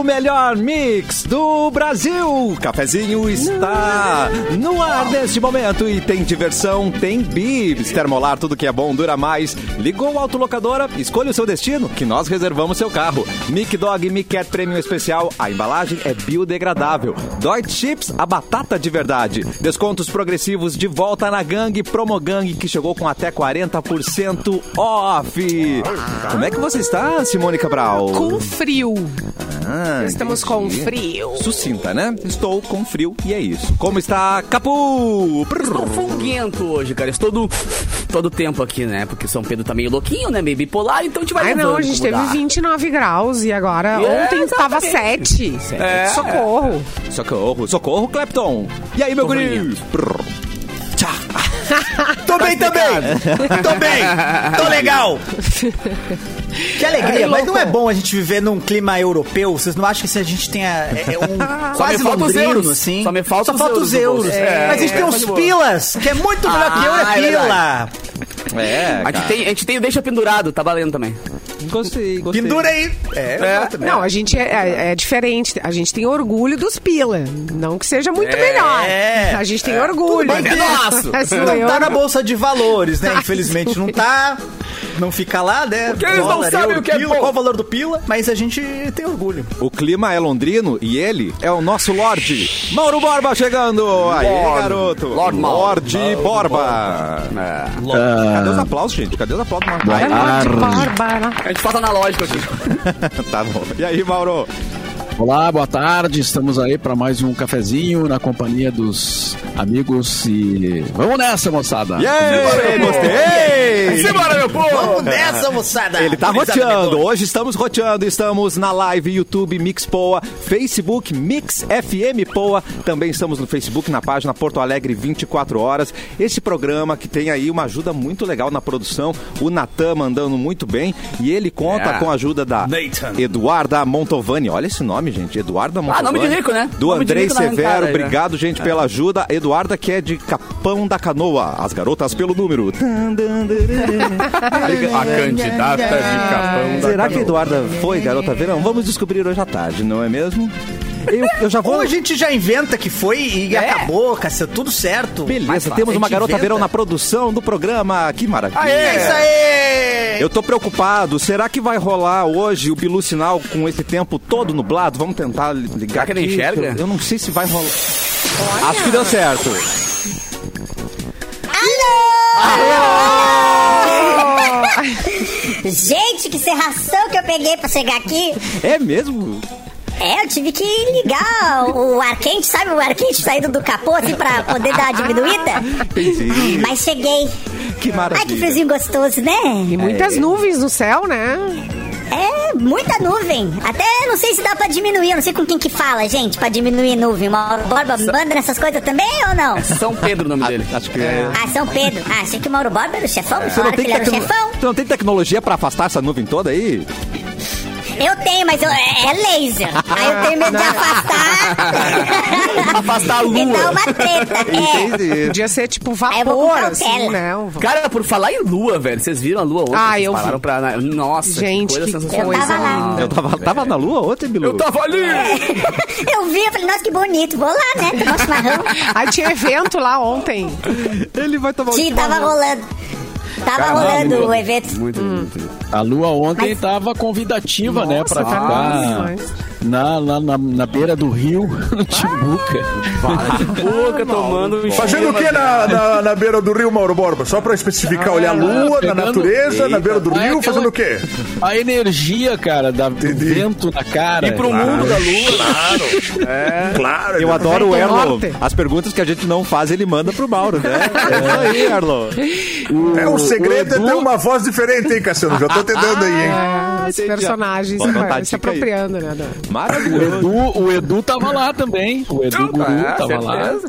O melhor mix do Brasil. O cafezinho está no ar neste momento e tem diversão, tem bibs. Termolar, tudo que é bom dura mais. Ligou a autolocadora, escolha o seu destino, que nós reservamos seu carro. Mic Dog Mic Cat Premium Especial, a embalagem é biodegradável. Dói Chips, a batata de verdade. Descontos progressivos de volta na gangue, Promogang, que chegou com até 40% off. Como é que você está, Simone Cabral? Com frio. Estamos com frio. Sucinta, né? Estou com frio e é isso. Como está, Capu? Estou folguento hoje, cara. Estou todo tempo aqui, né? Porque São Pedro tá meio louquinho, né? Meio bipolar, então a gente vai levando. Não, a gente teve 29 graus e agora ontem estava 7. Socorro, Clapton. E aí, meu guri? Tô bem também. Tô legal. Que alegria, mas não é bom a gente viver num clima europeu? Vocês não acham que se a gente tenha quase londrino, assim? Só me falta os euros. Mas a gente tem uns pilas, que é muito melhor que euro, é pila. A gente tem o deixa pendurado, tá valendo também. Gostei. Pendura aí. Não, a gente é diferente. A gente tem orgulho dos pila. Não que seja muito melhor. A gente tem orgulho. Mas é nosso. Não tá na bolsa de valores, né? Infelizmente não tá. Não fica lá, né? Porque eles não sabem o que é bom. Qual o valor do pila, mas a gente tem orgulho. O clima é londrino e ele é o nosso Lorde. Mauro Borba chegando. Aí, garoto. Lorde Borba. Cadê os aplausos, gente? Cadê os aplausos? A gente faz analógico aqui. Tá bom. E aí, Mauro? Olá, boa tarde. Estamos aí para mais um cafezinho na companhia dos amigos e vamos nessa, moçada. Gostei! Simbora, meu povo! Vamos nessa, moçada! Ele tá roteando. Hoje estamos roteando. Estamos na live YouTube Mix Poa, Facebook Mix FM Poa. Também estamos no Facebook, na página Porto Alegre 24 horas. Esse programa que tem aí uma ajuda muito legal na produção. O Natan mandando muito bem. E ele conta com a ajuda da Eduarda Montovani. Olha esse nome, gente. Eduarda Montovani. Nome de rico, né? Do Andrei Severo. Obrigado, gente, pela ajuda. Eduarda, que é de Capão da Canoa. As garotas pelo número. A candidata de Capão da Será que a Eduarda foi garota verão? Vamos descobrir hoje à tarde, não é mesmo? Eu já vou... Ou a gente já inventa que foi e acabou, Cássio, tudo certo. Beleza, temos uma garota verão na produção do programa. Que maravilha. É isso aí! Eu tô preocupado. Será que vai rolar hoje o Bilu Sinal com esse tempo todo nublado? Vamos tentar ligar. Será que ele enxerga? Eu não sei se vai rolar. Olha. Acho que deu certo. Alô! Gente, que serração que eu peguei pra chegar aqui. É mesmo? Eu tive que ligar o ar quente, sabe o ar quente saindo do capô, assim, pra poder dar uma diminuída? Entendi. Mas cheguei. Que maravilha. Ai, que friozinho gostoso, né? E muitas nuvens no céu, né? É, muita nuvem. Até não sei se dá pra diminuir, eu não sei com quem que fala, gente, pra diminuir nuvem. Mauro Borba manda nessas coisas também ou não? São Pedro o nome dele. Acho que é. São Pedro. Achei que o Mauro Borba era o chefão, falaram que ele era o chefão. Tu não tem tecnologia pra afastar essa nuvem toda aí? Eu tenho, mas é laser. Aí eu tenho medo de afastar. Afastar a lua. Me dá uma treta. Entendi. Podia ser tipo vapor, assim, né? Cara, por falar em lua, velho, vocês viram a lua ontem? Eu pararam vi. Nossa, gente, que coisa linda. Eu tava na lua ontem, Bilu? Eu tava ali. Eu vi, eu falei, nossa, que bonito. Vou lá, né? Tomar um chimarrão. Aí tinha evento lá ontem. Ele vai tomar Tava rolando. Tava rolando o evento. Muito. A lua ontem tava convidativa, né? Pra ficar na beira do rio, no Timbuca. Timbuca tomando... Fazendo o que na beira do rio, Mauro Borba? Só pra especificar, olhar a lua, na natureza, na beira do rio, fazendo o quê? A energia, cara, do vento na cara. E pro mundo da lua. Claro. Claro. Eu adoro o Erlo. As perguntas que a gente não faz, ele manda pro Mauro, né? É isso aí, Erlo. O segredo é ter uma voz diferente, hein, Cassiano? Já tô entendendo aí, hein? Os personagens se apropriando, né? Maravilhoso. O Edu tava lá também. O Edu Guru tava lá.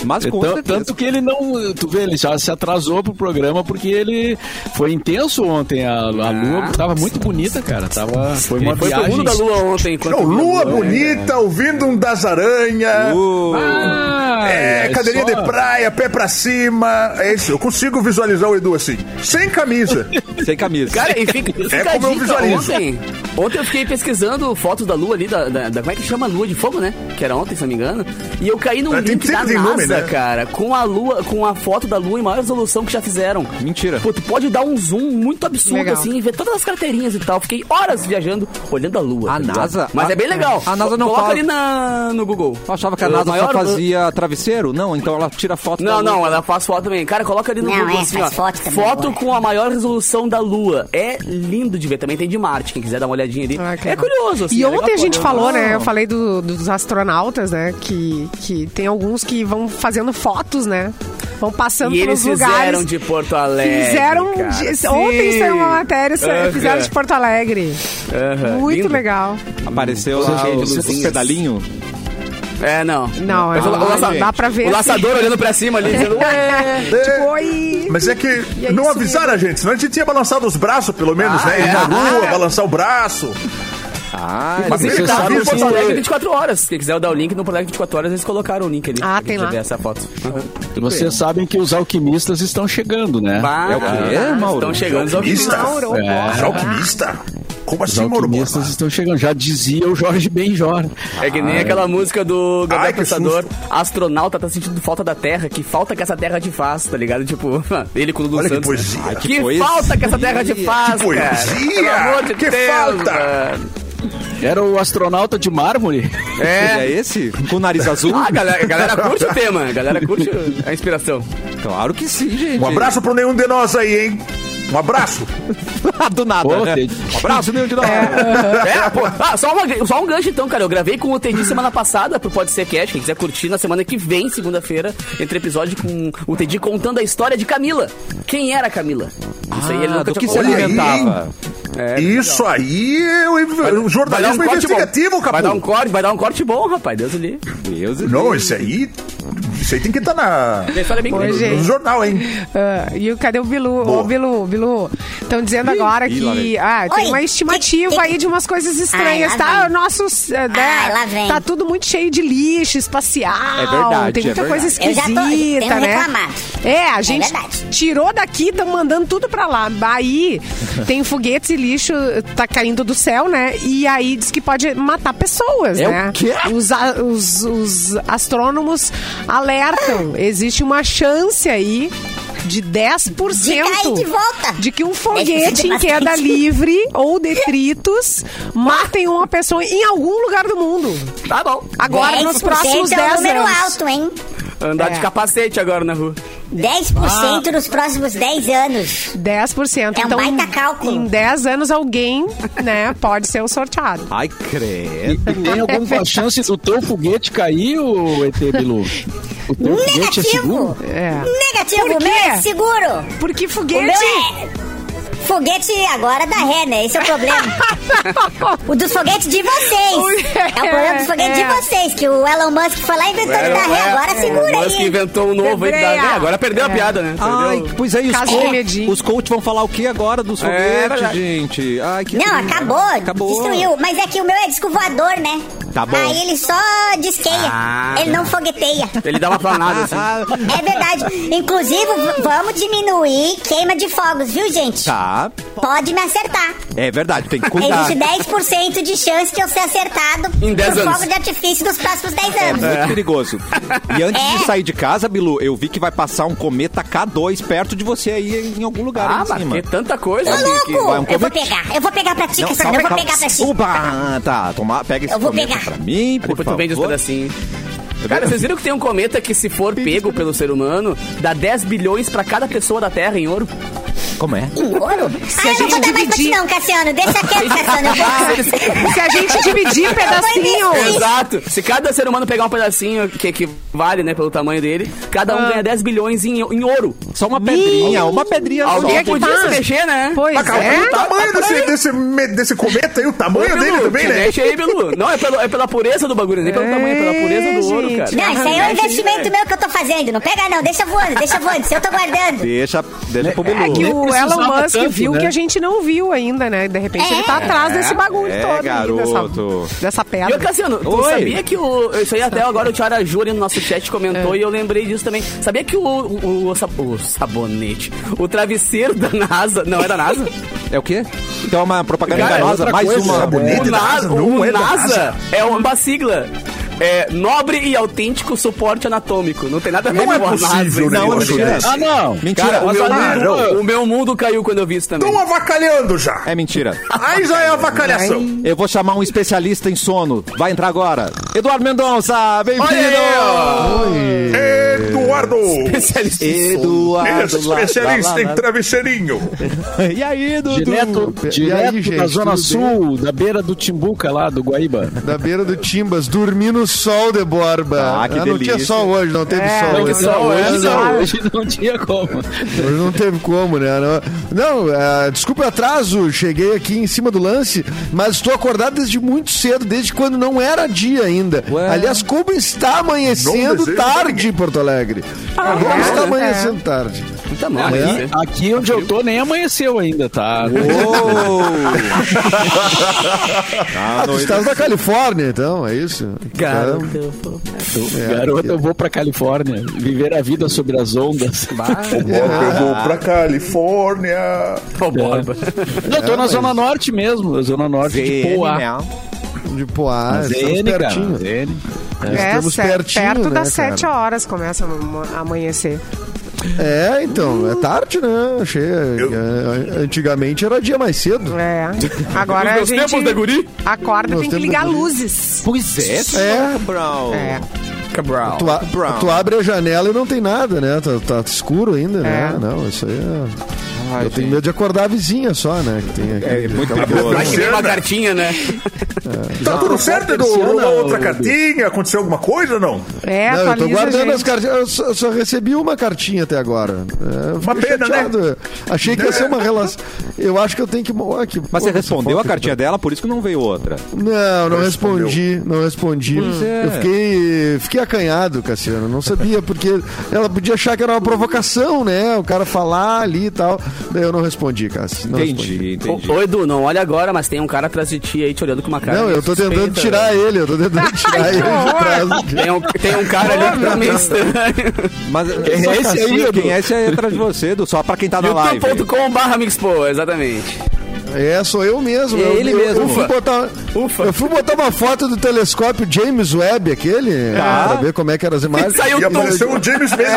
Mas com certeza. Tanto que ele não... Tu vê, ele já se atrasou pro programa porque ele foi intenso ontem. A lua tava muito bonita, cara. Foi uma Foi pro viagem... mundo da lua ontem. Lua bonita, ouvindo um das aranhas. Cadeirinha de praia, pé pra cima. É isso, eu consigo visualizar o Edu assim, sem camisa. Sem camisa. Cara, e fica como eu visualizo. Ontem eu fiquei pesquisando fotos da lua ali, como é que chama? Lua de fogo, né? Que era ontem, se não me engano. E eu caí num link da NASA, nome, né? cara, com a foto da lua em maior resolução que já fizeram. Mentira. Pô, tu pode dar um zoom muito absurdo, Legal. assim, e ver todas as carteirinhas e tal. Fiquei horas viajando, olhando a lua. A NASA? Mas é bem legal. A NASA não Coloca fala... ali no Google. Eu achava que a NASA só fazia travesseiro? Não, então ela tira foto da lua. Não, ela faz foto também. Cara, coloca ali no Google assim, faz ó. foto também, Foto com a maior resolução da lua. É lindo de ver. Também tem de Marte, quem quiser dar uma olhadinha ali. É curioso, assim. E ontem legal a gente olhar. falou, né? Eu falei dos astronautas, né? Que tem alguns que vão fazendo fotos, né? Vão passando E pelos eles lugares. fizeram de Porto Alegre. Fizeram. Cara. Ontem saiu uma matéria, fizeram de Porto Alegre. Muito Lindo. legal. Apareceu lá Cheio de os luzinhas. pedalinhos. Não, dá pra ver. O laçador olhando pra cima ali, dizendo, Tipo, oi. Mas é que E é não isso avisaram a gente, senão a gente tinha balançado os braços, pelo menos, né? Ir na rua, balançar o braço. Mas Mas ele ele tá tá no vivo, Porto assim, Alegre 24 horas. Quem quiser dar o link no Porto Alegre 24 horas, eles colocaram o link ali. Ah, pra tem gente lá. ver essa foto. E vocês sabem que os alquimistas estão chegando, né? É o quê, Mauro? Estão chegando os Alquimista? alquimistas. Alquimista? Como Os assim, Mauro alquimistas Borba? estão chegando. Já dizia o Jorge Benjor. É que nem aquela música do Gabriel Ai, que Pensador, astronauta tá sentindo falta da Terra, que falta que essa Terra te faz, tá ligado? Tipo, ele com o Lulu Olha que Santos. poesia. Que poesia. falta que essa Terra te faz, Que cara. poesia. Pelo amor de Que Deus, falta. mano. Era o astronauta de mármore. É esse? Com o nariz azul? A galera curte o tema, a galera curte a inspiração. Claro que sim, gente. Um abraço pro nenhum de nós aí, hein? Um abraço. Do nada, Pô, né? Ted. Um abraço, meu de nós. Só um gancho então, cara. Eu gravei com o Teddy semana passada pro Pode Ser Cast. Quem quiser curtir na semana que vem, segunda-feira, entre episódio com o Teddy contando a história de Camila. Quem era a Camila? Isso aí ele nunca do que tinha se contado. alimentava. Isso aí é o jornalismo investigativo, Vai dar um Capu. corte, vai dar um corte bom, rapaz. Deus ali. Deus Não, esse aí tem que estar A história é bem Oi, grande. gente. no jornal, hein? Cadê o Bilu? Ô, Bilu. Estão dizendo agora que tem Oi, uma estimativa aí de umas coisas estranhas, lá tá? vem. Nossos. lá vem. Tá tudo muito cheio de lixo espacial. É verdade, Tem muita é coisa verdade. Eu já esquisita, tenho né? reclamado. A gente verdade. tirou daqui, estão mandando tudo pra lá. Aí tem foguetes e lixo, tá caindo do céu, né? E aí diz que pode matar pessoas, É né? o quê? Os astrônomos alertam. Existe uma chance aí de 10% De cair de volta. de que um 10% foguete em bastante. queda livre ou detritos matem uma pessoa em algum lugar do mundo. Tá bom. Agora, nos 10% próximos é 10 um número anos. alto, hein? Andar de capacete agora na rua. 10% nos próximos 10 anos. 10%. É um então, baita cálculo. em 10 anos, alguém, né, pode ser o sorteado. Ai, credo. E tem alguma chance do teu foguete cair, ô ET Bilu? O teu foguete é seguro? Negativo, Por o quê? meu é seguro. Porque O foguete... meu é... Foguete agora dá ré, né? Esse é o problema. O dos foguetes de vocês. É o problema dos foguetes de vocês, que o Elon Musk foi lá e inventou de dar ré. Agora segura Mas que aí. inventou um novo aí que dá Freia. ré. Agora perdeu a piada, né? Ai, Perdeu. pois aí, Caso de medinho. os coach vão falar o que agora dos foguetes, verdade. gente? Ai, que Não, triste. acabou, destruiu. Mas é que o meu é disco voador, né? Tá bom. Aí ele só desqueia. Ele não fogueteia. Ele dá uma planada assim. É verdade. Inclusive, vamos diminuir queima de fogos, viu, gente? Tá, Pode me acertar. é verdade, tem que cuidar. Existe 10% de chance de eu ser acertado Em 10 por anos. fogo de artifício dos próximos 10 É anos. muito perigoso. E antes É. de sair de casa, Bilu, eu vi que vai passar um cometa K2 perto de você aí em algum lugar Ah, aí em mas cima. que tanta coisa. Ô, que- louco! vai um Eu vou comete. pegar. Eu vou pegar pra ti, Não, Cassandra. Eu vou pegar pra ti. Opa, tá, pega esse Eu vou cometa pegar. pra mim, por Depois tu vende os favor. pedacinhos. Cara, vocês viram que tem um cometa que, se for pego pelo ser humano, dá 10 bilhões pra cada pessoa da Terra em ouro? Como é? Em ouro? Se a Eu não gente vou dar mais pra ti dividir- não, Cassiano. Deixa quieto, Cassiano. Eu vou... Se a gente dividir pedacinho... Exato. Se cada ser humano pegar um pedacinho que equivale, né, pelo tamanho dele, cada um ganha 10 bilhões em ouro. Só uma pedrinha só. Alguém que podia tá? se mexer, né? Pois Mas calma, é. o tamanho desse cometa aí, o tamanho dele também, né? Mexe aí, Bilu. Não, é pela pureza do bagulho, nem pelo tamanho, é pela pureza do ouro, cara. Não, isso aí é um investimento meu que eu tô fazendo. Não pega não, deixa voando. Se eu tô guardando. Deixa pro É que Bilu. o Elon precisava Musk tanto, viu né? que a gente não viu ainda, né? De repente ele tá atrás desse bagulho todo aí, garoto. dessa E pedra. ô, Cassiano, tu Oi. sabia que isso aí até agora o Tiara Júri no nosso chat comentou e eu lembrei disso também. Sabia que o sabonete, o travesseiro da NASA, não é da NASA? É o quê? Então é uma propaganda Cara, enganosa. outra Mais coisa, uma. sabonete. Não é da NASA NASA. é uma sigla. É nobre e autêntico suporte anatômico. Não tem nada a ver Não é com a possível, NASA. né? Não, mentira. Ah, não. Mentira. Cara, Mas olha, o meu mundo caiu quando eu vi isso também. Estão avacalhando já. é mentira. Aí já é avacalhação. Eu vou chamar um especialista em sono. Vai entrar agora. Eduardo Mendonça, bem-vindo! Eduardo. Especialista em sono. Eduardo. Especialista em travesseirinho. E aí, Dudu? Direto da Zona tudo Sul, da beira do Timbuca lá, do Guaíba. Da beira do Timbas, dormi no sol de Borba. Ah, que não tinha delícia. sol hoje, não teve sol. Não, hoje. Hoje não tinha como. Hoje não teve como, né? Não, desculpa o atraso, cheguei aqui em cima do lance, mas estou acordado desde muito cedo, desde quando não era dia ainda. Ué. Aliás, como está amanhecendo Não desejo tarde em Porto Alegre. Como está amanhecendo tarde. Tá mal, Aqui onde eu tô nem amanheceu ainda, tá? Estás na Califórnia, então, é isso? Garoto. Garoto, eu vou pra Califórnia viver a vida sobre as ondas. Eu vou pra Califórnia. Eu tô na Zona Norte mesmo, na Zona Norte de Poá. De Poá, estamos ZN, cara. pertinho. ZN. Estamos pertinho, perto né, das cara? 7 horas começa a amanhecer. É, então, é tarde, né? Achei. Antigamente era dia mais cedo. É. Agora a Nos gente tempos da guri? acorda, Nos tem que tempos ligar da guri. luzes. Pois é, Brown. É. Cabral. Tu abre a janela e não tem nada, né? Tá escuro ainda, né? É. Não, isso aí eu tenho medo de acordar a vizinha só, né? Que tem aqui. É muito perigoso. Vai ter uma cartinha, né? Tá tudo certo, Edu? Rolou outra cartinha? Aconteceu alguma coisa ou não? É, Não, eu tô atualiza, guardando gente. as cartinhas. Eu só recebi uma cartinha até agora. Uma Fiquei pena, chateado. Achei que ia ser uma relação. Eu acho que eu tenho que. Mas você respondeu a cartinha dela, por isso que não veio outra. Não respondi. Não respondi. Eu fiquei acanhado, Cassiano. Não sabia, porque ela podia achar que era uma provocação, né? O cara falar ali e tal. Daí eu não respondi, Cássio. Não respondi. Entendi. Ô, Edu, não olha agora, mas tem um cara atrás de ti aí te olhando com uma cara. Não, eu tô tentando suspeita. tirar ele. Eu tô tentando tirar ele de trás. Tem um cara ali que tá meio estranho. Mas Quem é esse aí, Edu? Quem é esse aí atrás de você, Edu? Só pra quem tá na live. youtube.com/mixpo, exatamente. É, sou eu mesmo. É ele mesmo. Eu fui botar uma foto do telescópio James Webb, aquele, pra ver como é que eram as imagens. Saiu E apareceu o James mesmo.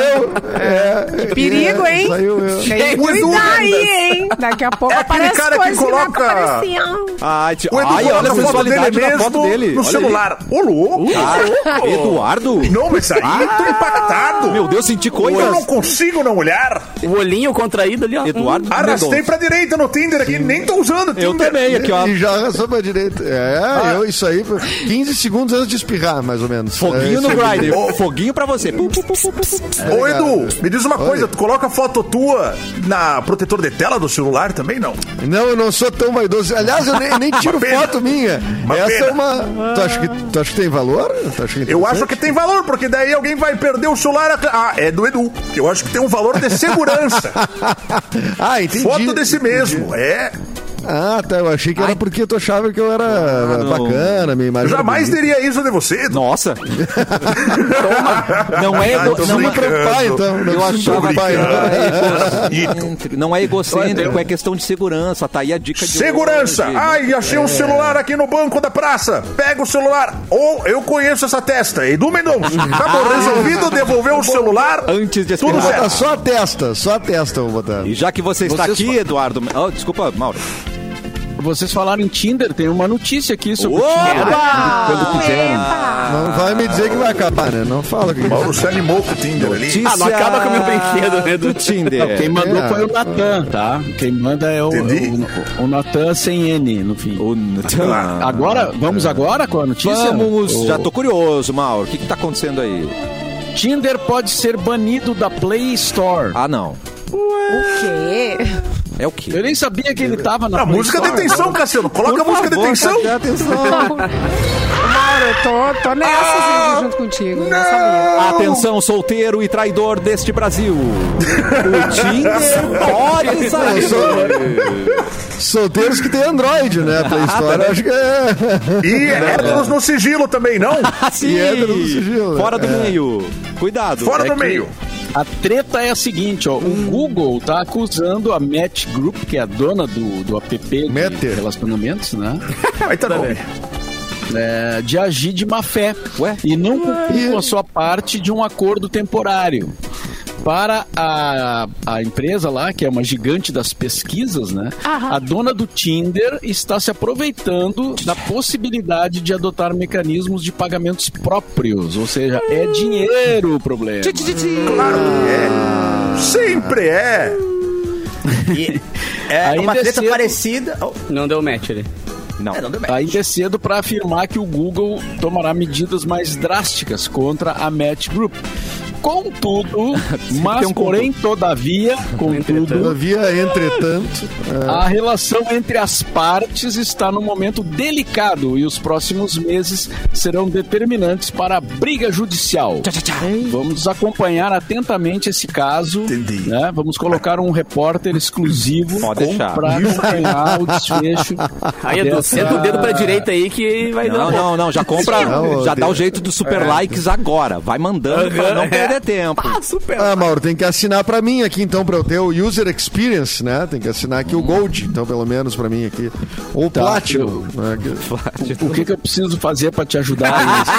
Perigo, hein? Saiu eu. Tem que O Edu cuidar ainda. aí, hein? Daqui a pouco É aquele aparece cara que coisa coloca- não apareciam. Ai, O Edu olha a coloca a foto sensualidade dele da foto mesmo dele. no Olha celular. Ô, louco! ali. Eduardo? Não, mas aí tô impactado. Meu Deus, senti Eu coisas. não consigo não olhar. O olhinho contraído ali, ó. Eduardo Arrastei Mendonça. pra direita no Tinder aqui, nem tô usando o Tinder. Eu também, aqui, ó. E já arrasou pra direita. Isso aí, 15 segundos antes de espirrar, mais ou menos. Foguinho no isso aí. Grindr. Foguinho pra você. Ô, Edu, me diz uma coisa, tu coloca a foto tua na protetor de tela do celular também, não? Não, eu não sou tão vaidoso. Aliás, eu nem tiro pena. foto minha. Uma Essa pena. é uma. Tu acha que tem valor? Tu acha que é Eu acho interessante? que tem valor, porque daí alguém vai perder o celular. Ah, é do Edu. Eu acho que tem um valor de segurança. Ah, entendi. Foto desse Entendi. mesmo, é. Ah, tá. Eu achei que era porque tu achava que eu era bacana, minha imagem. Eu jamais bonita. teria isso de você, Edu. Nossa. Não é Ai, tô Não me brincando. preocupar, então. Eu achava que brincando. não é egocêntrico, é questão de segurança. Tá aí a dica de Segurança! hoje. Ai, achei um celular aqui no banco da praça. Pega o celular. Ou eu conheço essa testa. Edu Mendonça. Acabou resolvido, devolveu o celular. Antes de Tudo Vou esperar. botar certo. só a testa eu vou botar. E já que você está Vocês aqui, Eduardo... Oh, desculpa, Mauro. vocês falaram em Tinder, tem uma notícia aqui sobre o Tinder. Quando quiserem. Não vai me dizer que vai acabar, né? Não fala que Mauro se animou com o Tinder ali. Não acaba com o meu brinquedo, né? do Tinder. Quem mandou foi o Natan, tá? Quem manda é o Natan sem N no fim. Agora, vamos agora com a notícia? Vamos, já tô curioso, Mauro. O que tá acontecendo aí? Tinder pode ser banido da Play Store. Ah, não. O quê? É o quê? Eu nem sabia que ele tava na A Play música Store. detenção, Cassiano. Coloca a música detenção. Mauro, eu tô nessa junto contigo. Não sabia. Atenção, solteiro e traidor deste Brasil. O Tinder pode sair. Solteiros que tem Android, né? Play Store, acho que é. E héteros no sigilo também, não? Sim. E hétero no sigilo. Fora do meio. Cuidado. Fora do que meio. A treta é a seguinte, ó. O Google tá acusando a Match Group, que é a dona do app de Meter. relacionamentos, né? Aí tá bem. De agir de má fé. E não cumprir com a sua parte de um acordo temporário. Para a empresa lá, que é uma gigante das pesquisas, né? A dona do Tinder está se aproveitando da possibilidade de adotar mecanismos de pagamentos próprios. Ou seja, é dinheiro o problema. Claro que é. Sempre é. E é Ainda uma é treta cedo. parecida. Não deu match ali. Não. Não deu match. Ainda é cedo para afirmar que o Google tomará medidas mais drásticas contra a Match Group. Contudo, mas porém, todavia, Entretanto, a relação entre as partes está num momento delicado e os próximos meses serão determinantes para a briga judicial. Vamos acompanhar atentamente esse caso. Entendi. Né? Vamos colocar um repórter exclusivo para deixar. acompanhar o desfecho. Aí, Edu, senta o dedo pra direita aí que vai dar. Não, já compra, Não, já dá o jeito dos super likes agora. Vai mandando pra não perder tempo. Super. Mauro, tem que assinar pra mim aqui, então, pra eu ter o User Experience, né? Tem que assinar aqui o Gold, então, pelo menos pra mim aqui. Ou Tá, Platinum. Né? O que eu preciso fazer para te ajudar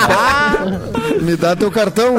aí? Me dá teu cartão.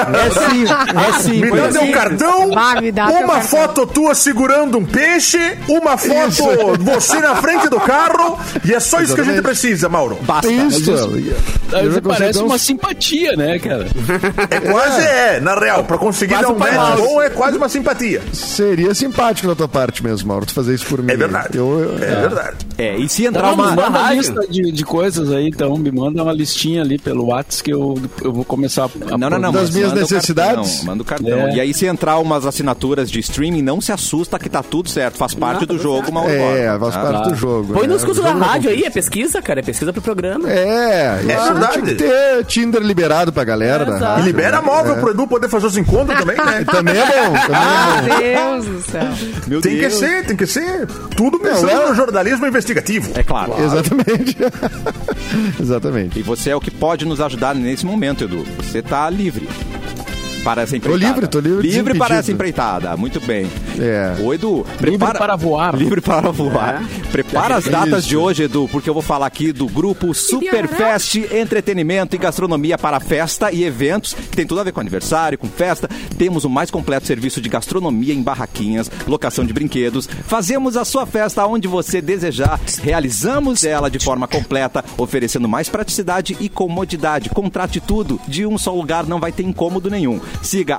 É sim. Me dá teu cartão, Me dá teu uma cartão. foto tua segurando um peixe, uma foto Isso. você na frente do carro, e é só isso que a gente Exatamente. precisa, Mauro. Basta. Isso. Isso parece uma simpatia, né, cara? É quase, na real, pra conseguir Quase dar um um match palhaço. bom é quase uma simpatia. Seria simpático da tua parte mesmo, Mauro, tu fazer isso por mim. É verdade. É verdade. E se entrar Me uma... manda uma rádio. lista de coisas aí, então. Me manda uma listinha ali pelo WhatsApp que eu vou começar a... Não. Das mas minhas manda o necessidades? cartão, manda o cartão. É. E aí, se entrar umas assinaturas de streaming, não se assusta que tá tudo certo. Faz parte do jogo, Mauro. Faz parte do jogo. Põe né? nos cursos O da jogo rádio aí, é pesquisa, cara. É pesquisa pro programa. É verdade. Tinha que ter Tinder liberado pra galera da E rádio. libera móvel pro Edu poder fazer os encontros também, né? Também é bom, também é bom. Meu Deus do céu. Meu Tem Deus. que ser. Tudo pensando no jornalismo investigativo. É claro. Exatamente. Exatamente. E você é o que pode nos ajudar nesse momento, Edu. Você tá livre para essa empreitada. Tô livre, Livre para desimpedido. essa empreitada. Muito bem. É. Ô, Edu, Livre para voar. Livre para voar. Prepara as datas de hoje, Edu, porque eu vou falar aqui do grupo Superfest Entretenimento e Gastronomia para Festa e Eventos, que tem tudo a ver com aniversário, com festa. Temos o mais completo serviço de gastronomia em barraquinhas, locação de brinquedos. Fazemos a sua festa onde você desejar. Realizamos ela de forma completa, oferecendo mais praticidade e comodidade. Contrate tudo de um só lugar, não vai ter incômodo nenhum. Siga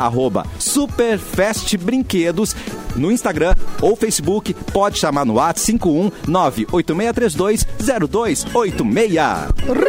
@SuperfestBrinquedos no Instagram ou Facebook. Pode chamar no WhatsApp 51986320286.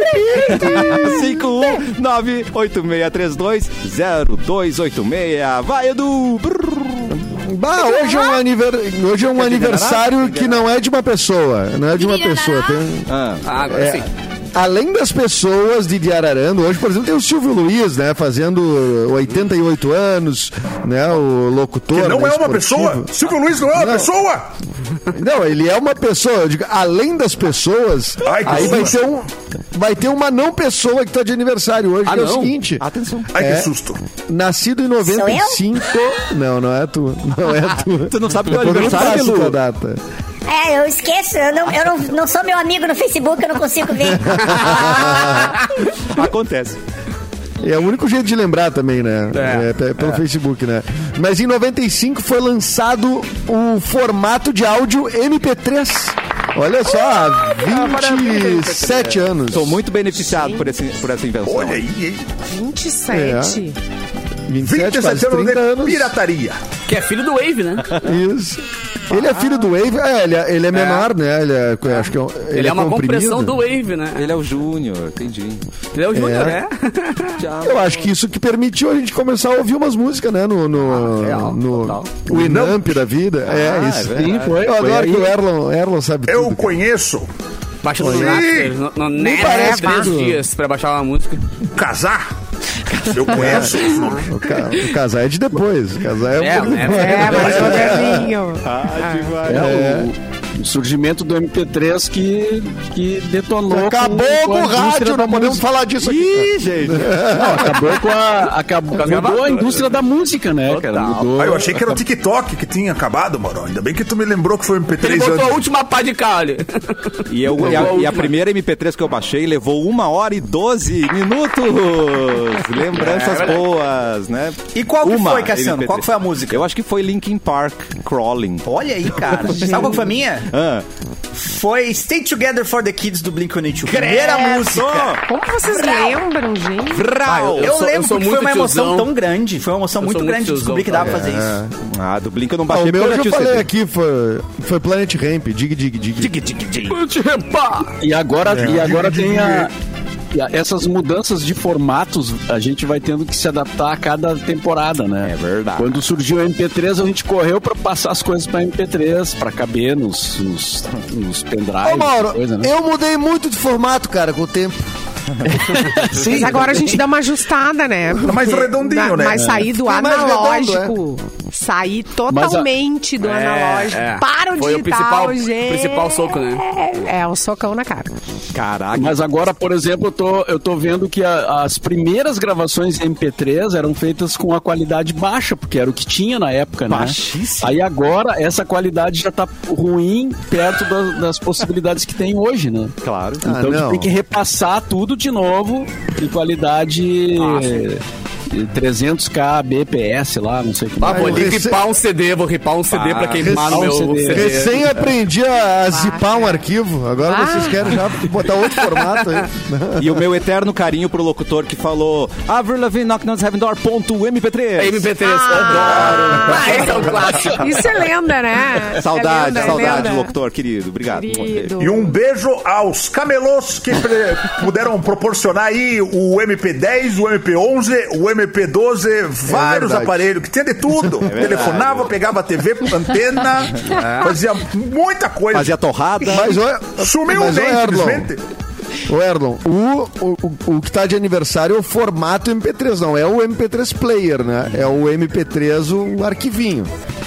51986320286. Vai, Edu! Hoje é um aniversário que não é de uma pessoa. Não é de uma pessoa. Tem... Agora sim. Além das pessoas de Diararando, hoje, por exemplo, tem o Silvio Luiz, né, fazendo 88 anos, né, o locutor. Que não né, é uma esportivo. pessoa. Silvio Luiz não é uma pessoa. Não, ele é uma pessoa. Eu digo, além das pessoas, Ai, que aí susto. vai ter uma não pessoa que tá de aniversário hoje, que é o seguinte. Atenção. Ai, que susto. Nascido em 95. Não é tu. Não é tu. Tu não sabe que é o Eu não aniversário, faço Lu? tua data. Eu esqueço, eu não sou meu amigo no Facebook, eu não consigo ver. Acontece. É o único jeito de lembrar também, né? Pelo Facebook, né? Mas em 95 foi lançado o formato de áudio MP3. Olha só, há 27 anos. Sou muito beneficiado por essa invenção. Olha aí, hein? 27. 27, 27 quase 30 anos de anos. pirataria. Que é filho do Wave, né? Isso. Ele é filho do Wave. Ele é menor, né? Acho que Ele é uma comprimido. compressão do Wave, né? Ele é o Júnior, entendi. Ele é o Júnior, né? Eu acho que isso que permitiu a gente começar a ouvir umas músicas, né? No Winamp da vida. Isso. Sim, foi. Eu adoro aí. que o Erlon sabe Eu tudo. conheço Baixa no Sim. Napster, no parece 3 tudo. dias pra baixar uma música. Casar. Eu conheço. O casar é de depois. O casar é um pouco né? depois. Mas o velhinho. O surgimento do MP3 que detonou. Acabou com o a indústria rádio, da não podemos música. falar disso aqui. Ih, gente. Não, mudou a indústria da música, né, cara? Mudou. Eu achei que era o TikTok que tinha acabado, Moro. Ainda bem que tu me lembrou que foi o Ele MP3 botou a antes. última pá de cal ali. E a primeira MP3 que eu baixei levou 1 hora e 12 minutos. Lembranças boas, né? E qual que foi, Cassiano? MP3. Qual que foi a música? Eu acho que foi Linkin Park, Crawling. Olha aí, cara. Sabe qual que foi a minha? Ah, Foi Stay Together for the Kids do Blink-182. Primeira música. Como vocês lembram, gente? Eu sou lembro porque muito foi uma emoção tiozão. tão grande. Foi uma emoção muito sou grande muito de descobrir que tiozão, dava pra fazer isso. Ah, do Blink eu não O baixei meu porque eu eu já já tinha falei CD. aqui, foi Planet Ramp, dig. E agora tem essas mudanças de formatos, a gente vai tendo que se adaptar a cada temporada, né? É verdade. Quando surgiu o MP3, a gente correu pra passar as coisas pra MP3, pra caber nos pendrives. Ô, Mauro, coisa, né? eu mudei muito de formato, cara, com o tempo. Mas agora a gente dá uma ajustada, né? mais redondinho, né? Mas sair do Fica mais analógico. Sair totalmente do analógico para o Foi digital, o gente. principal soco, né? É um socão na cara. Caraca. Mas agora, por exemplo, eu tô vendo que as primeiras gravações em MP3 eram feitas com a qualidade baixa, porque era o que tinha na época, né? Baixíssimo. Aí agora, essa qualidade já tá ruim perto das possibilidades que tem hoje, né? Claro. Então a gente tem que repassar tudo de novo em qualidade 300k BPS lá, não sei o que mais. Vou ripar um CD, pra queimar no meu CD. Recém aprendi a zipar um arquivo. Agora vocês querem já botar outro formato aí. E o meu eterno carinho pro locutor que falou Avril Lavigne, Knock Knows Heaven Door, .mp3. MP3, adoro. Esse é um clássico. Isso é lenda, né? Saudade, É saudade, lenda. locutor, querido. Obrigado. Querido. E um beijo aos camelôs que puderam proporcionar aí o MP10, o MP11, o MP12, vários verdade. aparelhos, que tinha de tudo. Telefonava, pegava a TV, antena, fazia muita coisa. Fazia torrada. Sumiu mas, nem, Erlon, simplesmente. Ô, Erlon, o que tá de aniversário é o formato MP3, não é o MP3 Player, né? É o MP3, o arquivinho.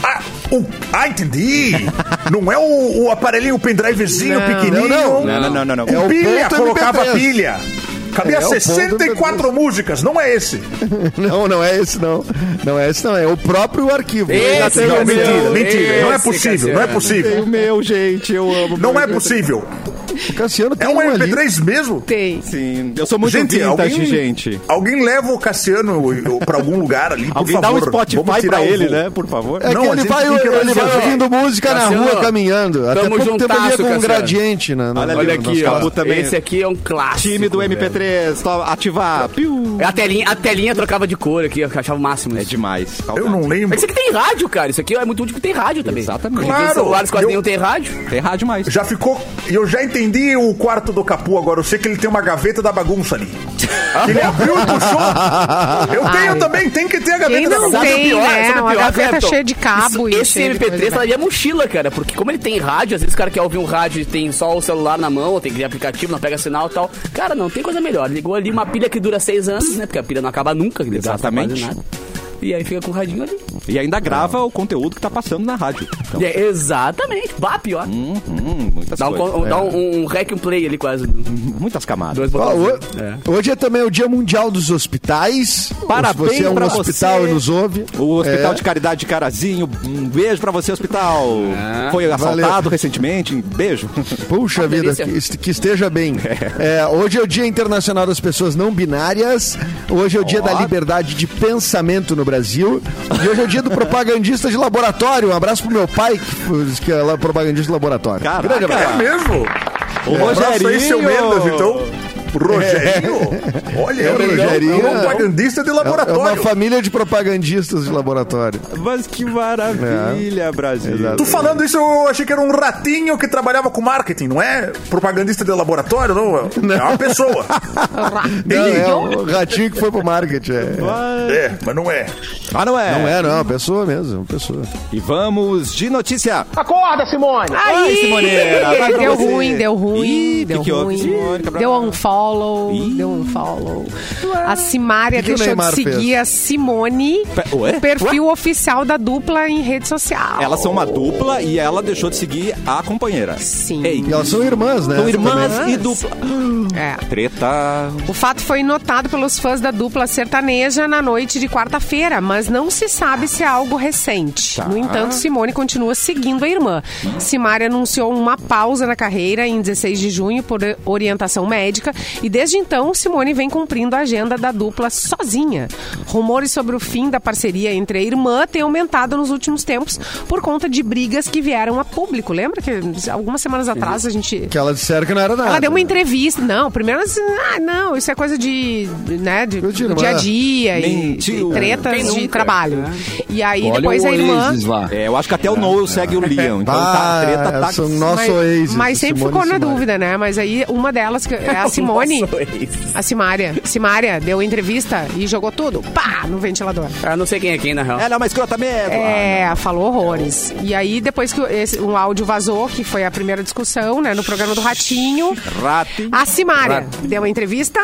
Entendi. Não é o aparelhinho, o pendrivezinho pequenininho. Não. É o Pilha, ponto colocava MP3. pilha. Cabia É o ponto 64 músicas, não é esse. Não é esse, não. Não é esse, não. É o próprio arquivo. Esse Não, é o mentira, meu, mentira. Não é esse, possível, não é Cassiano. possível. O meu, gente, eu amo. Não é possível. O Cassiano É tem um ali. MP3 mesmo? Tem. Sim, eu sou muito Gente, vintage, gente. Alguém leva o Cassiano pra algum lugar ali, por Alguém dá favor. um Spotify Vamos tirar pra o ele, voo. né? Por favor. É Não, que a ele gente vai, tem que ele vai Cassiano, ouvindo música na Cassiano, rua, caminhando. Até tamo pouco tempo ele ia juntasso, com um Cassiano. gradiente. Olha aqui, ó. Cabu também. Esse aqui é um clássico. Time do velho. MP3, ativar. Piu. A telinha trocava de cor aqui, eu achava o máximo. É Isso. demais. Eu não lembro. Mas isso aqui tem rádio, cara. Isso aqui é muito útil porque tem rádio também. Exatamente. Hoje em dia Claro. os celulares quase Eu- nenhum tem rádio. Tem rádio mais. Já ficou. Eu já entendi o quarto do Capu agora. Eu sei que ele tem uma gaveta da bagunça ali. Ele abriu e puxou. Eu tenho também, tem que ter a gaveta Quem da não bagunça. tem, né? sabe o Uma pior, gaveta Clepton? cheia de cabo. e Esse cheia de MP3 coisa. tá ali a mochila, cara. Porque como ele tem rádio, às vezes o cara quer ouvir um rádio e tem só o celular na mão, ou tem que ter aplicativo, não pega sinal e tal. Cara, não tem coisa melhor. Ligou ali uma pilha que dura 6 anos, né? Porque a pilha não acaba nunca. Que gasta Exatamente. quase nada. E aí fica com o radinho ali. E ainda grava o conteúdo que tá passando na rádio. Então, E é exatamente. Bah, pior. muitas Dá coisas. um rec and play ali quase. Muitas camadas. Dois Ó, botões. hoje é também o Dia Mundial dos Hospitais. Parabéns Se você é um pra hospital você. e nos ouve. O Hospital de Caridade de Carazinho, um beijo pra você, hospital. Foi assaltado recentemente, um beijo. Puxa vida, delícia. que esteja bem. Hoje é o Dia Internacional das Pessoas Não Binárias. Hoje é o Dia da Liberdade de Pensamento no no Brasil. E hoje é o dia do propagandista de laboratório. Um abraço pro meu pai, que é propagandista de laboratório. Caraca, Grande abraço. É mesmo? O Abraço aí, seu Rogerinho. Mendes, então. Rogerinho? Olha, o Rogerinho é um propagandista de É uma laboratório. família de propagandistas de laboratório. Mas que maravilha, Brasil. Exato. Tu falando isso, eu achei que era um ratinho que trabalhava com marketing, não é? Propagandista de laboratório, não. É uma pessoa. Não, é o ratinho que foi pro marketing. É, mas não é. Ah, não é? Não é, não. É uma pessoa mesmo. Uma pessoa. E vamos de notícia. Acorda, Simone! Aí, Simoneira, vai pra deu você. ruim, deu ruim, Ih, deu que houve, ruim. Simone Cabral? Deu unfollow, Ih. deu unfollow. A Simária Que o deixou de Neymar seguir fez? a Simone, Ué? o perfil oficial da dupla em rede social. Elas são uma dupla e ela deixou de seguir a companheira. Sim. Ei, E elas são irmãs, né? são irmãs também. e dupla. É. Treta. O fato foi notado pelos fãs da dupla sertaneja na noite de quarta-feira, mas não se sabe se é algo recente. Tá. No entanto, Simone continua seguindo a irmã. Simária anunciou uma pausa na carreira em 16 de junho por orientação médica e desde então Simone vem cumprindo a agenda da dupla sozinha. Rumores sobre o fim da parceria entre a irmã têm aumentado nos últimos tempos por conta de brigas que vieram a público. Lembra que algumas semanas atrás a gente... Que elas disseram que não era nada. Ela deu uma entrevista. Não, primeiro assim, não, isso é coisa de, né, Coisa de do irmã. dia a dia e Mentiu. tretas Quem de nunca, trabalho. né? E aí Olha depois o a irmã... Oasis lá. É, eu acho que até o Noel segue o Liam. Então tá, a treta tá... são nosso ex. Mas sempre Simone ficou na e Simária. dúvida, né? Mas aí uma delas, que é a Simone, Nossa, isso. a Simária, deu entrevista e jogou tudo, pá, no ventilador. Ah, não sei quem é quem, na real. Ela é uma escrota mesmo. É, falou horrores. E aí, depois que um áudio vazou, que foi a primeira discussão, né, no programa do Ratinho, Rato. a Simária deu uma entrevista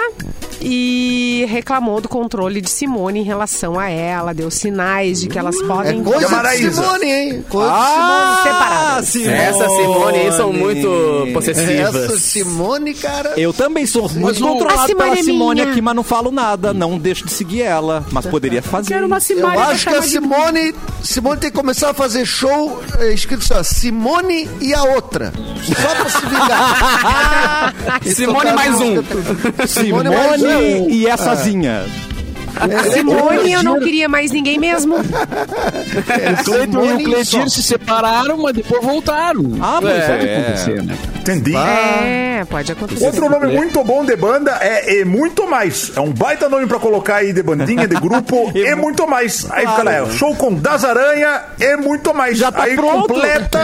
e reclamou do controle de Simone em relação a ela, deu sinais de que elas podem... É coisa de Maraísa. Simone, hein? Coisa separadas. Simone. Essa Simone aí são muito de Simone. possessivas. Essa Simone, cara... Eu também sou muito A controlado Simone pela é Simone minha. aqui, mas não falo nada. Não deixo de seguir ela. Mas poderia fazer. Quero uma Eu Simone pra acho que a chamar de- Simone tem que começar a fazer show escrito assim, ó, Simone e a outra. Só pra se vingar. Simone mais um. Simone mais um. e essazinha. Simone, eu não queria mais ninguém mesmo. O Cleiton e o Cleitinho se separaram, mas depois voltaram. Ah, pois Pode é. acontecer, né? Entendi. É, pode acontecer. Outro nome muito bom de banda é Muito Mais. É um baita nome pra colocar aí de bandinha, de grupo. E Muito Mais. Aí fica lá, show com Das Aranha e Muito Mais. Já tá aí pronto. completa,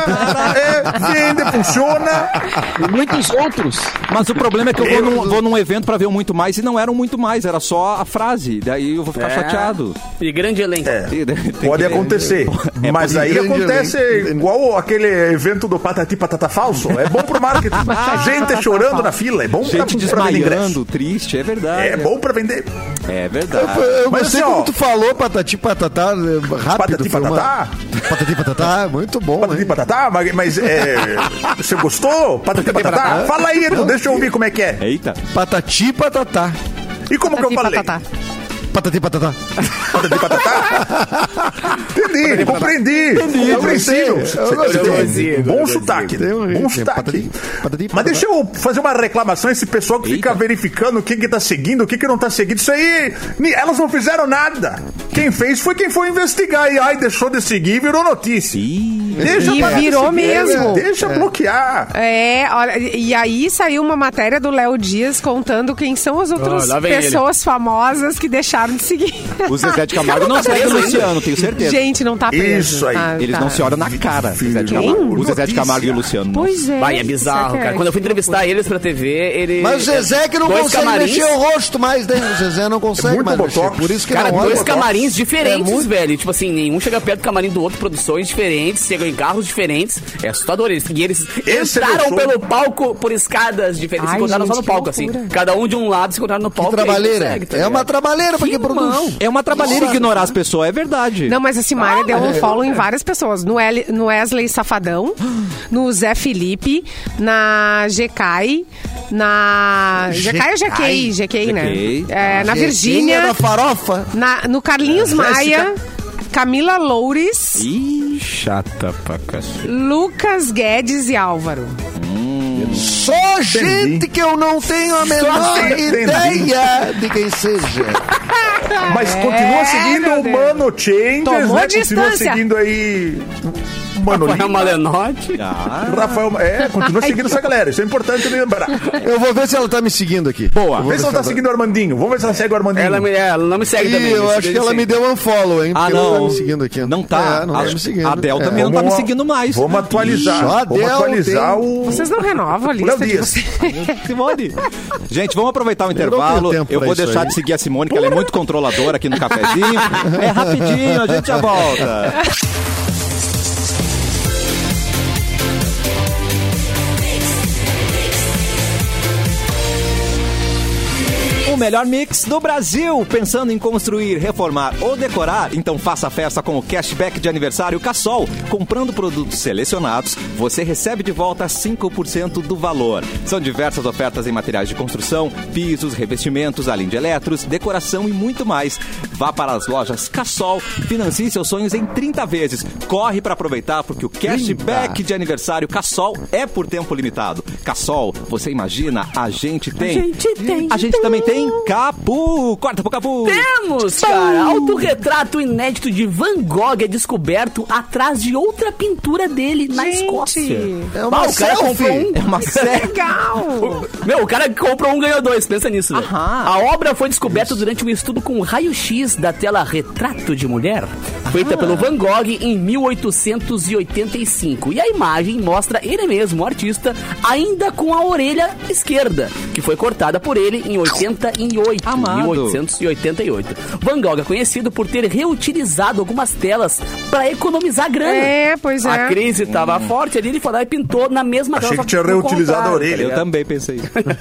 vende, funciona. E muitos outros. Mas o problema é que eu vou num evento pra ver o Muito Mais e não era um Muito Mais, era só a frase. Daí eu vou ficar chateado. E grande elenco. Pode acontecer. É Mas por aí grande acontece igual aquele evento do Patati Patata Falso. É bom pro marketing. Gente chorando na fila. É bom Gente pra vender ingresso. desmaiando, triste, é verdade. É bom pra vender. É verdade. Eu Mas gostei assim, ó, como tu falou, patati patatá, rápido. Patati foi uma- Patatá? Patati patatá, muito bom, Patati hein? Patatá? Mas você gostou? Patati Patatá? Fala aí, Edu, deixa eu ouvir como é que é. Eita. Patati patatá. E como que eu falei? Patatá. Patati patatá. Patati Patatá? Entendi, compreendi. Compreensível. Eu gostei. Bom sotaque. Tem um Bom ritmo. sotaque. Patati, patati, Mas patatá. deixa eu fazer uma reclamação. Esse pessoal que fica verificando o que tá seguindo, o que não tá seguindo. Isso aí, elas não fizeram nada. Quem fez foi quem foi investigar. E aí deixou de seguir e virou notícia. Deixa E parar de virou seguir, mesmo. Deixa bloquear. É, olha, e aí saiu uma matéria do Léo Dias contando quem são as outras lá vem pessoas famosas que deixaram de seguir. O Zezé de Camargo não segue o Luciano, tenho certeza. Gente, não tá preso. Isso aí. Ah, Eles tá. não se olham na cara, Zezé de Quem? Camargo. O Zezé de Camargo e o Luciano. não. Pois é. Vai, é bizarro, Isso é cara. Quando eu fui entrevistar eles pra TV, ele... Mas o Zezé que não dois consegue camarins, mexer o rosto mais, né? O Zezé não consegue muito mais mexer. botox. Por isso que Cara, não olha. dois camarins diferentes, É muito- velho. Tipo assim, nenhum chega perto do camarim do outro, produções diferentes, chegam em carros diferentes. É assustador. E eles Esse é meu entraram sonho. pelo palco por escadas diferentes. Ai, Se encontraram gente, só no que palco, assim. loucura. Cada um de um lado se encontraram no palco. Que e aí trabalheira. consegue, tá É uma ligado? trabalheira pra quem produz. É uma trabalheira ignorar as pessoas, é verdade. Não, mas a Simária deu um follow em várias pessoas. No Wesley Safadão, no Zé Felipe, na GK, na... GK ou GK? GK, né? GK. É, na Jequinha Virgínia, da farofa. no Carlinhos Maia, Camila Loures, Ih, chata pra cacete. Lucas Guedes e Álvaro. Só gente que eu não tenho a menor gente, ideia de quem seja. Mas continua seguindo meu o Deus. Mano Changes, Tomou né? Continua distância. seguindo aí... Mano Rafael Malenotti. Rafael, continua seguindo essa galera, isso é importante lembrar. Eu vou ver se ela tá me seguindo aqui. Boa. Vê se ela tá seguindo o Armandinho. Vamos ver se ela segue o Armandinho. Ela não me segue também. Eu me acho segue que ela sim. me deu um unfollow, hein? Ah, Porque ela tá não. me seguindo aqui. Não tá. Não tá me seguindo. A Del também não tá me seguindo mais. Vamos atualizar. Só a Vamos Del atualizar tem- o... Vocês não renovam a Léo lista de Dias. vocês. Simone. Gente, vamos aproveitar o não intervalo. tenho tempo Eu pra vou isso deixar aí. de seguir a Simone, que ela é muito controladora aqui no cafezinho. É rapidinho, a gente já volta. O melhor mix do Brasil. Pensando em construir, reformar ou decorar? Então faça a festa com o cashback de aniversário Cassol. Comprando produtos selecionados, você recebe de volta 5% do valor. São diversas ofertas em materiais de construção, pisos, revestimentos, além de eletros, decoração e muito mais. Vá para as lojas Cassol, financie seus sonhos em 30 vezes. Corre para aproveitar, porque o cashback de aniversário Cassol é por tempo limitado. Cassol, você imagina, a gente tem. A gente também tem Capu. Corta pro Capu. Temos, cara! Autorretrato inédito de Van Gogh é descoberto atrás de outra pintura dele na Escócia. É uma O cara selfie. comprou um. É uma série. Legal! Meu, o cara que comprou um ganhou dois, pensa nisso. velho. Aham. A obra foi descoberta durante um estudo com raio-x da tela Retrato de Mulher, feita pelo Van Gogh em 1885. E a imagem mostra ele mesmo, o artista, ainda com a orelha esquerda, que foi cortada por ele em 1888. Van Gogh é conhecido por ter reutilizado algumas telas para economizar grana. É, pois é. A crise estava forte ali, ele foi lá e pintou na mesma Achei tela. que tinha só que no reutilizado a contrário, orelha. tá Eu ligado? também pensei.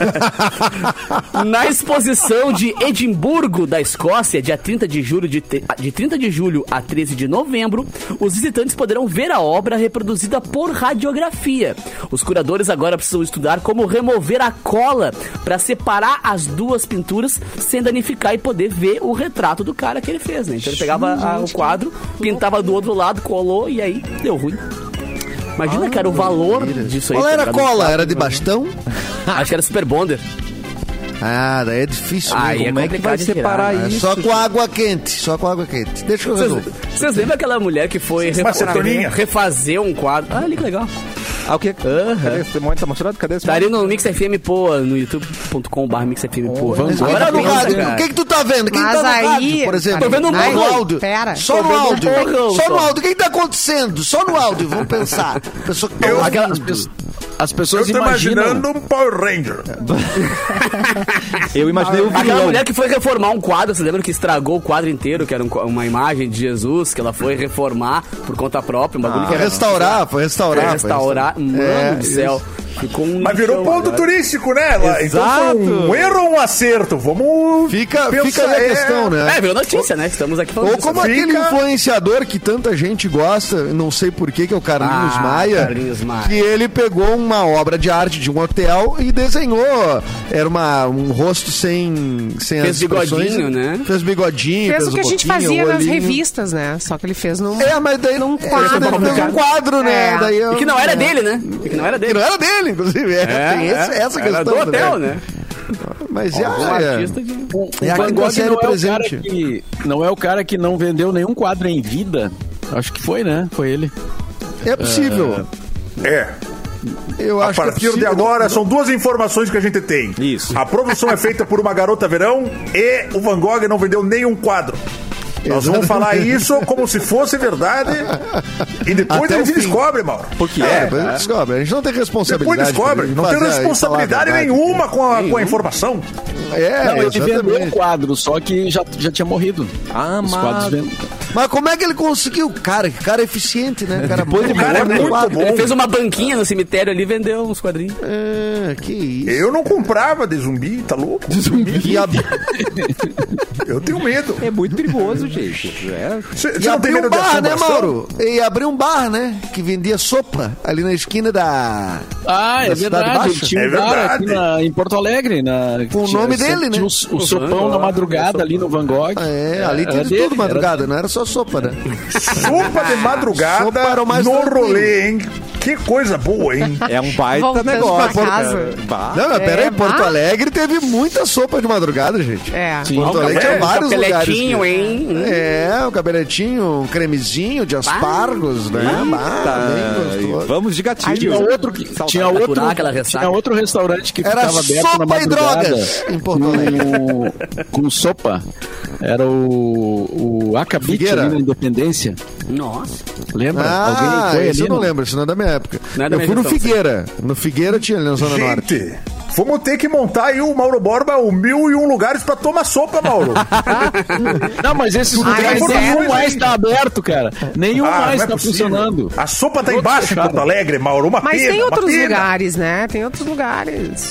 Na exposição de Edimburgo, da Escócia, dia 30 de julho a 13 de novembro, os visitantes poderão ver a obra reproduzida por radiografia. Os curadores agora precisam estudar como remover a cola para separar as duas pinturas sem danificar e poder ver o retrato do cara que ele fez, né? Então ele pegava o quadro, pintava do outro lado, colou e aí deu ruim. Imagina, cara, o valor disso aí. Qual tá era a ligado? cola? Era de bastão? Acho que era Super Bonder. Ah, daí é difícil. Aí mesmo. é Como é que vai complicado de tirar, separar né? isso? Só com água quente. Só com água quente. Deixa eu resolver. Vocês lembram aquela mulher que foi Macetoninha. refazer um quadro? Ah, ali que legal. Ah, o quê? Aham. Cadê esse demônio? Tá mostrando? Cadê esse Tá ali no Mix FM Poa, no youtube.com/MixFM Poa. Mas quem Agora tá no pensa, rádio? cara. O que tu tá vendo? Quem Mas tá no aí- rádio, por exemplo? Tô vendo um Ai, borrão. no áudio. Pera. Só Tô no vendo um áudio. borrão, Só no só. áudio. O que tá acontecendo? Só no áudio. Vamos pensar. Pessoa que tá ouvindo. As Eu pessoas tô imaginam. imaginando um Power Ranger. Eu imaginei o Aquela vilão. mulher que foi reformar um quadro, vocês lembram que estragou o quadro inteiro, que era uma imagem de Jesus, que ela foi reformar por conta própria, um bagulho que Foi era restaurar, foi restaurar. restaurar. Mano É, do céu. Ficou um Mas virou lixão ponto agora. turístico, né? Então foi um erro ou um acerto? Vamos Fica aí pensar, a questão, né? É, virou notícia, né? Estamos aqui falando Ou disso. como Fica- aquele influenciador que tanta gente gosta, não sei porquê, que é o Carlinhos Ah, Maia, Carlinhos Maia. que ele pegou uma obra de arte de um hotel e desenhou. Era um rosto sem Fez as expressões. bigodinho, né? Fez bigodinho, Fez o que a gente boquinha, fazia nas olhinho. revistas, né? Só que ele fez num... É, mas daí Num ele quadro. fez um quadro, né? É. Daí eu- E que não era dele, né? E que não era Que dele. não era dele, inclusive. Tem essa Era questão. do hotel, também. né? Mas Um artista de... É a Van quinta Gogh série não é, o presente. cara não é o cara que não vendeu nenhum quadro em vida. Acho que foi, né? Foi ele. É possível. É. Eu A acho que é partir de possível. agora, são duas informações que a gente tem. Isso. A produção é feita por uma garota verão e o Van Gogh não vendeu nenhum quadro. Nós vamos falar isso como se fosse verdade e depois Até a o gente fim. descobre, Mauro. Por quê? Depois a gente descobre. A gente não tem Depois responsabilidade. descobre. de Não tem fazer- responsabilidade falar a verdade. nenhuma com a informação. É, Não, ele vendeu um exatamente. quadro, só que já tinha morrido. Ah, Os mas- quadros vendem. Mas como é que ele conseguiu? Cara, que cara eficiente, né? Cara, Depois bom, o cara é né? muito Quadro. bom. Ele fez uma banquinha no cemitério ali e vendeu uns quadrinhos. É, que isso. Eu não comprava de zumbi, tá louco? De zumbi. E, Eu tenho medo. É muito perigoso, gente. É. Você e não tem abriu medo um de bar, né, assombração? Mauro? E abriu um bar, né? Que vendia sopa ali na esquina da... Ah, é Da Cidade verdade. Baixa? Ele tinha É um bar verdade. aqui em Porto Alegre. Com o tinha- nome dele, né? Tinha o sopão da madrugada ali no Van Gogh. É, ali tinha de dele, tudo madrugada, não era só sopa, né? Sopa de Sopa madrugada era o mais no tranquilo. rolê, hein? Que coisa boa, hein? É um baita Voltando negócio. pra casa. Não, mas peraí, É, Porto mas- Alegre teve muita sopa de madrugada, gente. É. Porto Alegre tinha vários lugares. Capeletinho, que- hein? É, um cabeletinho, um cremezinho de aspargos, né? Bem E gostoso. vamos de gatilho. Tinha outro, curar aquela ressaca. tinha outro restaurante que Era ficava aberto na sopa e madrugada drogas em Porto Alegre. com sopa. Era o Acabite Figueira. ali na Independência. Nossa. Lembra? Ah, foi isso eu ali, não lembro, isso não é da minha época. Não é da Eu minha fui no geração, Figueira. No Figueira tinha ali na Zona Norte. Gente, vamos ter que montar aí o Mauro Borba, o 1001 lugares pra tomar sopa, Mauro. Não, mas esses lugares bem, nenhum sério, mais hein? tá aberto, cara. Nenhum Ah, mais não é tá possível. funcionando. A sopa tá Todos embaixo em fechados. Porto Alegre, Mauro. Uma Mas pena, tem uma outros pena. lugares, né? Tem outros lugares.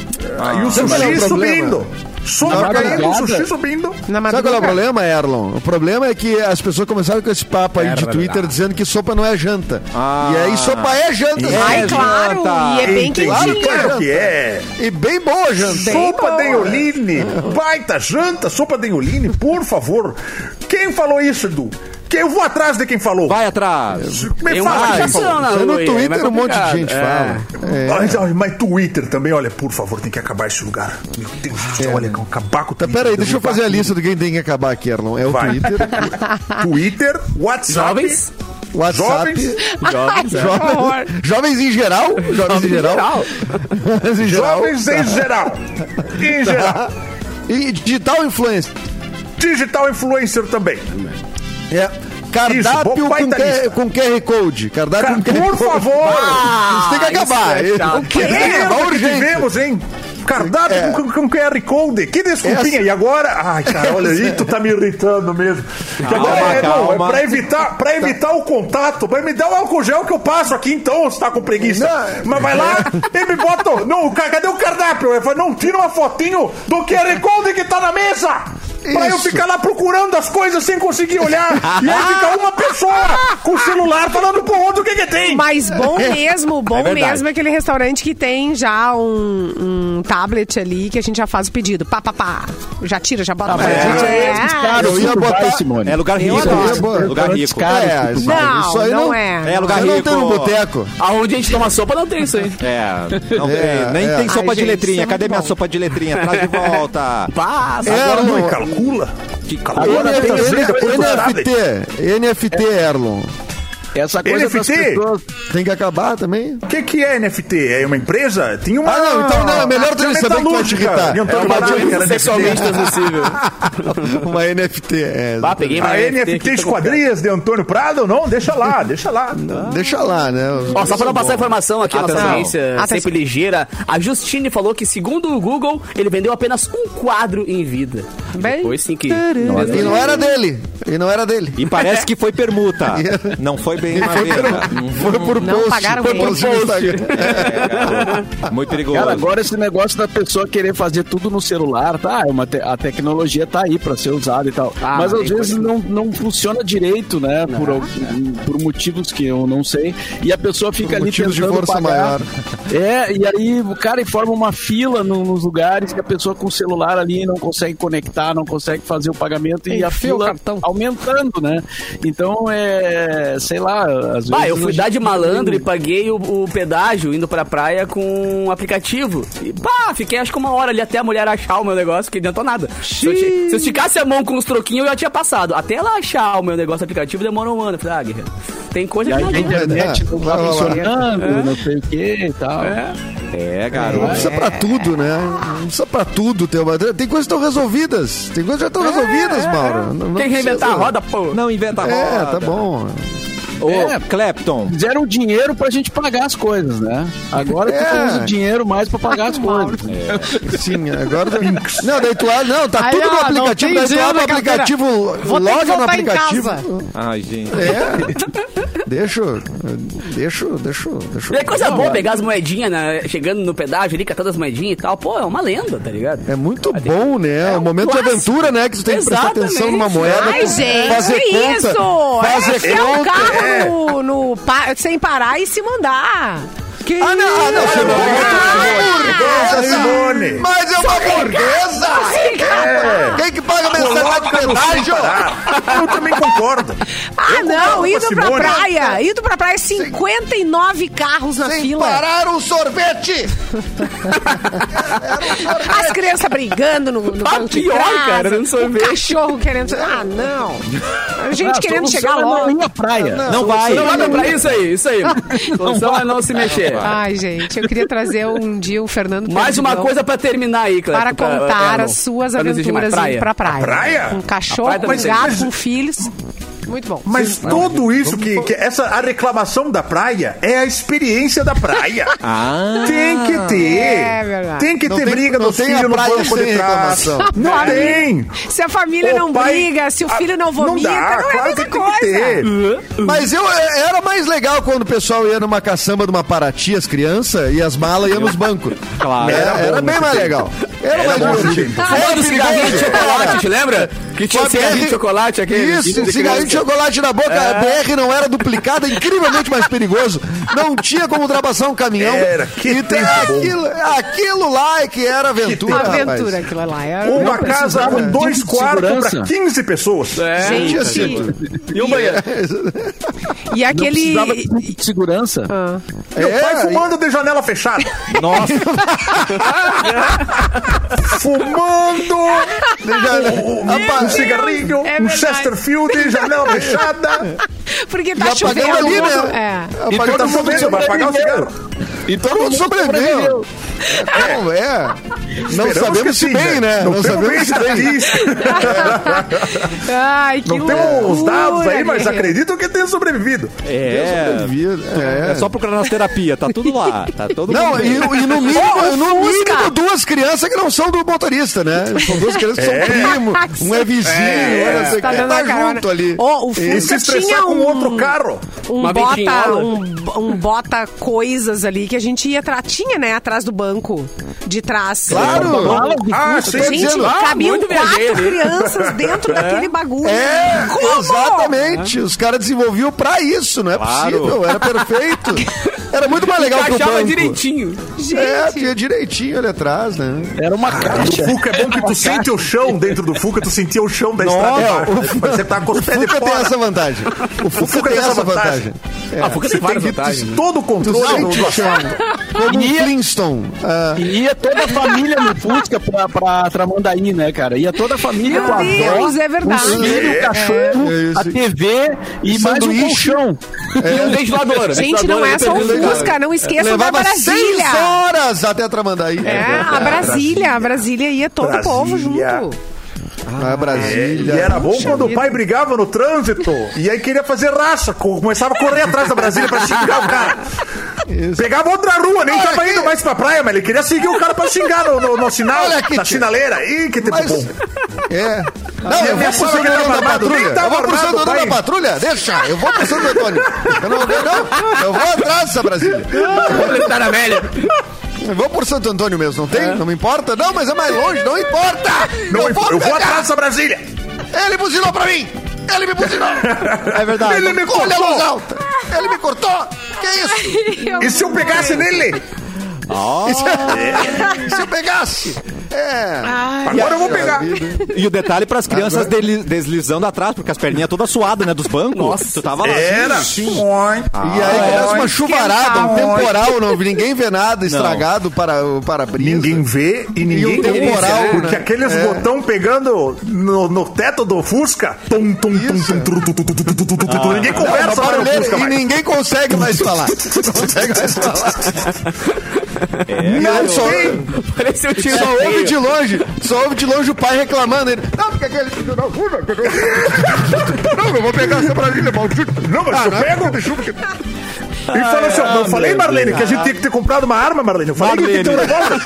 E o Sabe qual é sushi o problema? subindo. Sopa Na caindo, o madrugada. sushi subindo. Na Sabe qual é o madrugada. problema, Erlon? O problema é que as pessoas começaram com esse papo aí de Verdade. Twitter dizendo que sopa não é janta. Ah. E aí sopa é janta. Ai, claro. janta. E é bem Entendi, quentinha. claro que é. E bem boa janta. Bem Sopa boa. de Oline, baita janta, sopa de Oline, por favor. Quem falou isso, Edu? Eu vou atrás de quem falou. Vai atrás. Me Tem uma fala quem chateação falou. na Isso aí rua no aí, Twitter é um monte de complicado. gente É. fala. Mas Twitter também, olha, por favor, tem que acabar esse lugar. Meu Deus do céu, olha, acabar com o Tá, Twitter. peraí, deixa eu fazer a derrubar lista do quem tem que acabar aqui, Erlon. É o Vai. Twitter, Twitter, WhatsApp. Jovens? WhatsApp. Jovens. Jovens em geral? Jovens em geral? Jovens em geral. Jovens em geral. Em geral. E digital influencer. Digital influencer também. É. Cardápio Isso, baita lista. com QR Code. Cardápio com QR Por Code. favor. Isso tem que acabar. isso é chato. O que tem que Lembra acabar que urgente. tivemos, hein? Cardápio com QR Code. Que desculpinha. Essa- E agora... Ai, cara, olha aí, tu tá me irritando mesmo. Que agora calma. é pra evitar o contato. Vai me dar o álcool gel que eu passo aqui, então, se tá com preguiça. Não. Mas vai lá e me bota... Não, cadê o cardápio? Eu falo, não, tira uma fotinho do QR Code que tá na mesa. Pra eu Isso. ficar lá procurando as coisas sem conseguir olhar. E aí fica uma pessoa com o celular falando pro outro o que tem. Mas bom mesmo, bom verdade. mesmo é aquele restaurante que tem já um tablet ali que a gente já faz o pedido. Pá, pá, pá. Já tira, já bota. mas a gente Cara, eu ia botar- Simone. É lugar rico. adoro. Lugar rico. É, isso Não, aí não é. É lugar Isso aí não rico. tem no boteco. Aonde a gente toma sopa não tem isso aí. É, não É, tem, nem é. tem sopa Ai, de gente, letrinha. isso é Cadê muito minha bom. sopa de letrinha? Traz de volta. Passa. Agora Erlon, não calcula. Que Agora tem NFT, Erlon. essa coisa das NFT? pessoas. Tem que acabar também. O que é NFT? É uma empresa? Tinha uma. Ah, não, então não, é melhor tu Tinha saber que vai te irritar. de Antônio É uma Baralho, que era doença sexualmente NFT. transmissível. Uma NFT. Bah, peguei uma A NFT aqui, esquadrias de Antônio Prado? Não, deixa lá, deixa lá. Deixa lá, né? Ó, só pra não passar informação aqui, a nossa Atenção. audiência sempre ligeira, a Justine falou que, segundo o Google, ele vendeu apenas um quadro em vida. Bem- Depois sim que... E não era dele. E não era dele. E parece que foi permuta. Não foi bem uma venda. Foi por Não post. pagaram Foi ele. por Instagram. Muito perigoso. Cara, agora esse negócio da pessoa querer fazer tudo no celular, tá? A tecnologia tá aí pra ser usada e tal. Ah, mas mas às tem vezes coisa não funciona direito, né? Por motivos que eu não sei. E a pessoa fica ali motivos de tentando força pagar. maior. É, e aí o cara forma uma fila nos lugares que a pessoa com o celular ali não consegue conectar, não consegue fazer o pagamento e a Enfia o fila cartão. aumentando, né? Então, sei lá, às vezes... Bah, eu fui a dar de gente- malandro e paguei o pedágio indo pra praia com um aplicativo. E pá, fiquei acho que uma hora ali até a mulher achar o meu negócio, que não adiantou nada. Se eu esticasse a mão com os troquinhos, eu já tinha passado. Até ela achar o meu negócio aplicativo demorou um ano. Eu falei, ah, guerreiro, tem coisa E que aí não a adianta. internet não tá Vai rolar. funcionando, não sei o que e tal. É, garoto. Não precisa pra tudo, né? Não precisa pra tudo ter uma... Tem coisas que estão resolvidas. Tem coisas que já estão resolvidas, Mauro. Não Tem que reinventar a precisa. roda, pô. Não inventa roda. É, tá bom. Ô, É. Clapton. Fizeram dinheiro pra gente pagar as coisas, né? Agora tu não usa dinheiro mais pra pagar as coisas. Sim, agora... Não, daí tu... Não, tá Aí, tudo no ó, não aplicativo. tem Daí tu dinheiro abre o na carteira. aplicativo, Vou ter que loga no voltar em aplicativo. casa. Ai, gente. Deixa. E é coisa boa pegar as moedinhas, né, chegando no pedágio ali, catando as moedinhas e tal. Pô, é uma lenda, tá ligado? É muito bom, né? É um momento de clássico. aventura, né? Que tu tem que prestar Exatamente. atenção numa moeda. Ai, gente, fazer que conta, isso? Fazer É o conta. carro sem parar e se mandar. Ah, não, Simone. Burguesa, Simone. Mas é uma burguesa! Quem que paga mensalidade de pedágio? Eu também concordo. Indo pra praia, 59 carros na Sem fila. parar um sorvete! As crianças brigando no banco de pior, trás, cara, no sorvete. o cachorro querendo... Ah, não. A gente querendo chegar logo. Não ir à praia. Não vai. Não vai pra isso aí. A solução é não se mexer. Ai, gente, eu queria trazer um dia o Fernando Mais uma Perdigão coisa pra terminar aí, Cleber. para contar as suas pra não exigir mais aventuras indo pra praia. Praia? Com cachorro, A praia com também. gato, com filhos. Muito bom. Mas tudo isso a reclamação da praia é a experiência da praia. Tem que ter. É verdade. Tem que Não ter tem- briga não dos tem filhos a no praia banco sem de trás. reclamação. Não tem. Se a família O não pai- briga, se o filho não vomita, Não dá, não é a claro mesma que tem coisa. que ter. Mas era mais legal quando o pessoal ia numa caçamba de uma Paraty, as crianças, e as malas iam nos bancos. Claro. Era bem mais legal. Era mais bom divertido. tempo. Fumando cigarrinho de chocolate, te lembra? Que tinha Com a cigarrinho BR de chocolate aquele. Isso, cigarrinho de chocolate na boca. A BR não era duplicada, incrivelmente mais perigoso. Não tinha como ultrapassar um caminhão. Era, que tempo aquilo lá é que era aventura, Uma rapaz. aventura aquilo lá. Uma casa com 2 de quartos segurança. para 15 pessoas. Tinha Gente, sido. E um banheiro. e aquele... Precisava de segurança. Meu pai fumando de janela fechada. Nossa. Fumando um cigarrinho, É um verdade. Chesterfield, janela fechada. Porque E tá apagando chovendo. ali, né? É. E Tá todo mundo chovendo, vai apagar o cigarro. E todo mundo sobreviveu. Como é? Não Esperamos sabemos que se sim, bem, né? Não Não temos sabemos se bem. estatística. Ai, que Não temos os dados aí, mas guerreiro. acredito que tenha sobrevivido. É só procurar nas terapias, tá tudo lá. Tá todo Não, mundo e bem. no mínimo Fusca. duas crianças que não são do motorista, né? São duas crianças que são primo, um é vizinho, não sei o Tá que, dando tá a carona. junto ali. O E se Fusca estressar tinha com outro carro. Uma vitinhola. um bota coisas ali que a gente ia tinha, né, atrás do banco de trás. Claro! Sim, Gente, dizendo. cabiam muito 4 viajei ali. crianças dentro daquele bagulho. É, exatamente. Os caras desenvolviam pra isso, não é possível. Era perfeito. Era muito mais legal que o Encaixava banco. direitinho. É, tinha direitinho ali atrás, né? Era uma caixa. O Fuca é bom que tu sente o chão dentro do Fuca, tu sentia o chão da estrada embaixo. Você tá com os O pés de Fuca tem fora. essa vantagem. O Fuca tem essa vantagem. A Fuca tem várias vantagens. né? Todo o controle do asfalto. Como um Flintstone. E ia toda a família no Fusca pra Tramandaí, né, cara? Ia toda a família Meu com a Deus, avó, é verdade. os filhos, o cachorro, É isso. a TV e mais um Sanduíche. colchão. E um ventilador. Gente, não é só o Fusca, não esqueçam da Levava 6 Brasília. horas até Tramandaí. É, a Brasília ia todo o povo Brasília. junto. A Brasília. E era bom quando o vida. pai brigava no trânsito e aí queria fazer raça, começava a correr atrás da Brasília pra xingar o cara. Pegava outra rua, nem tava indo mais pra praia, mas ele queria seguir o cara pra xingar no sinal, Olha aqui, na tia. sinaleira. Ih, que tempo Mas, bom. é. Não, eu vou minha pro sogra que Santo tava da armado, Patrulha. nem tava Eu vou pro armado, Santo pai. da Patrulha? Deixa, eu vou pro Santo Antônio. Eu não vou, não. Eu vou atrás dessa Brasília. Tá na velha. Eu vou por Santo Antônio mesmo, não tem? Não me importa? Não, mas é mais longe, não importa! Não, eu vou pegar. atrás dessa Brasília. Ele buzinou pra mim! Ele me buzinou! É verdade. Ele me Olha a luz cortou. alta! Ele me cortou! Que isso? E se eu pegasse nele? E se eu pegasse? É. Agora eu vou pegar. E o detalhe pras crianças deslizando atrás, porque as perninhas todas suadas, né, dos bancos. Nossa, tu tava lá. Era. E aí começa uma chuvarada, um temporal, não, ninguém vê nada estragado para o para-brisa. Ninguém vê e E ninguém o temporal, porque né? aqueles botão pegando no teto do Fusca. Tum, tum, tum, tum, tru, tu, tu, tu, tu, tu, tu, tu, tu, ninguém Uma conversa lá no barulheira, Fusca e mais. ninguém consegue mais falar. Não consegue mais falar. Não, Pareceu um tiro só no ouve meio. de longe. Só ouve de longe o pai reclamando. Ele, não, porque aquele filho da puta. Não, eu vou pegar essa Brasília, maldito. Não, mas eu pego. E falou assim, ó, não falei, Marlene, que a gente tinha que ter comprado uma arma, Marlene. Eu falei que tinha que ter um revólver.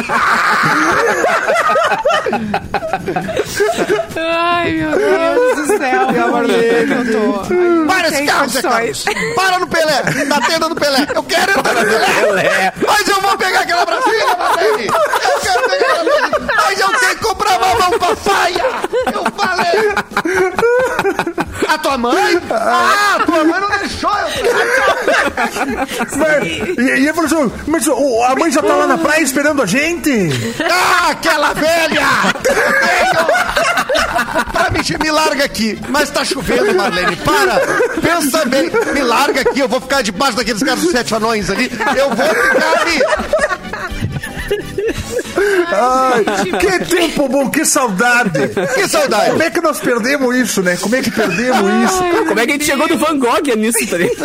Ai, meu Deus do céu. Para esse carro, Zé Carlos. Para no Pelé, na tenda do Pelé. Eu quero entrar no Pelé. Mas eu vou pegar aquela Brasília, Marlene. Eu quero pegar aquela Brasília. Mas eu tenho que comprar uma mão pra faia. Eu falei. A tua mãe? Ah, tua mãe não deixou eu. E ele falou assim, mas a mãe já tá lá na praia esperando a gente? Ah, aquela velha! Me larga aqui. Mas tá chovendo, Marlene. Para. Pensa bem. Me larga aqui. Eu vou ficar debaixo daqueles caras dos 7 anões ali. Eu vou ficar ali. Ai, que tempo bom, que saudade. Que saudade. Como é que nós perdemos isso, né? Como é que perdemos isso? Como é que a gente chegou do Van Gogh nisso, tá ligado?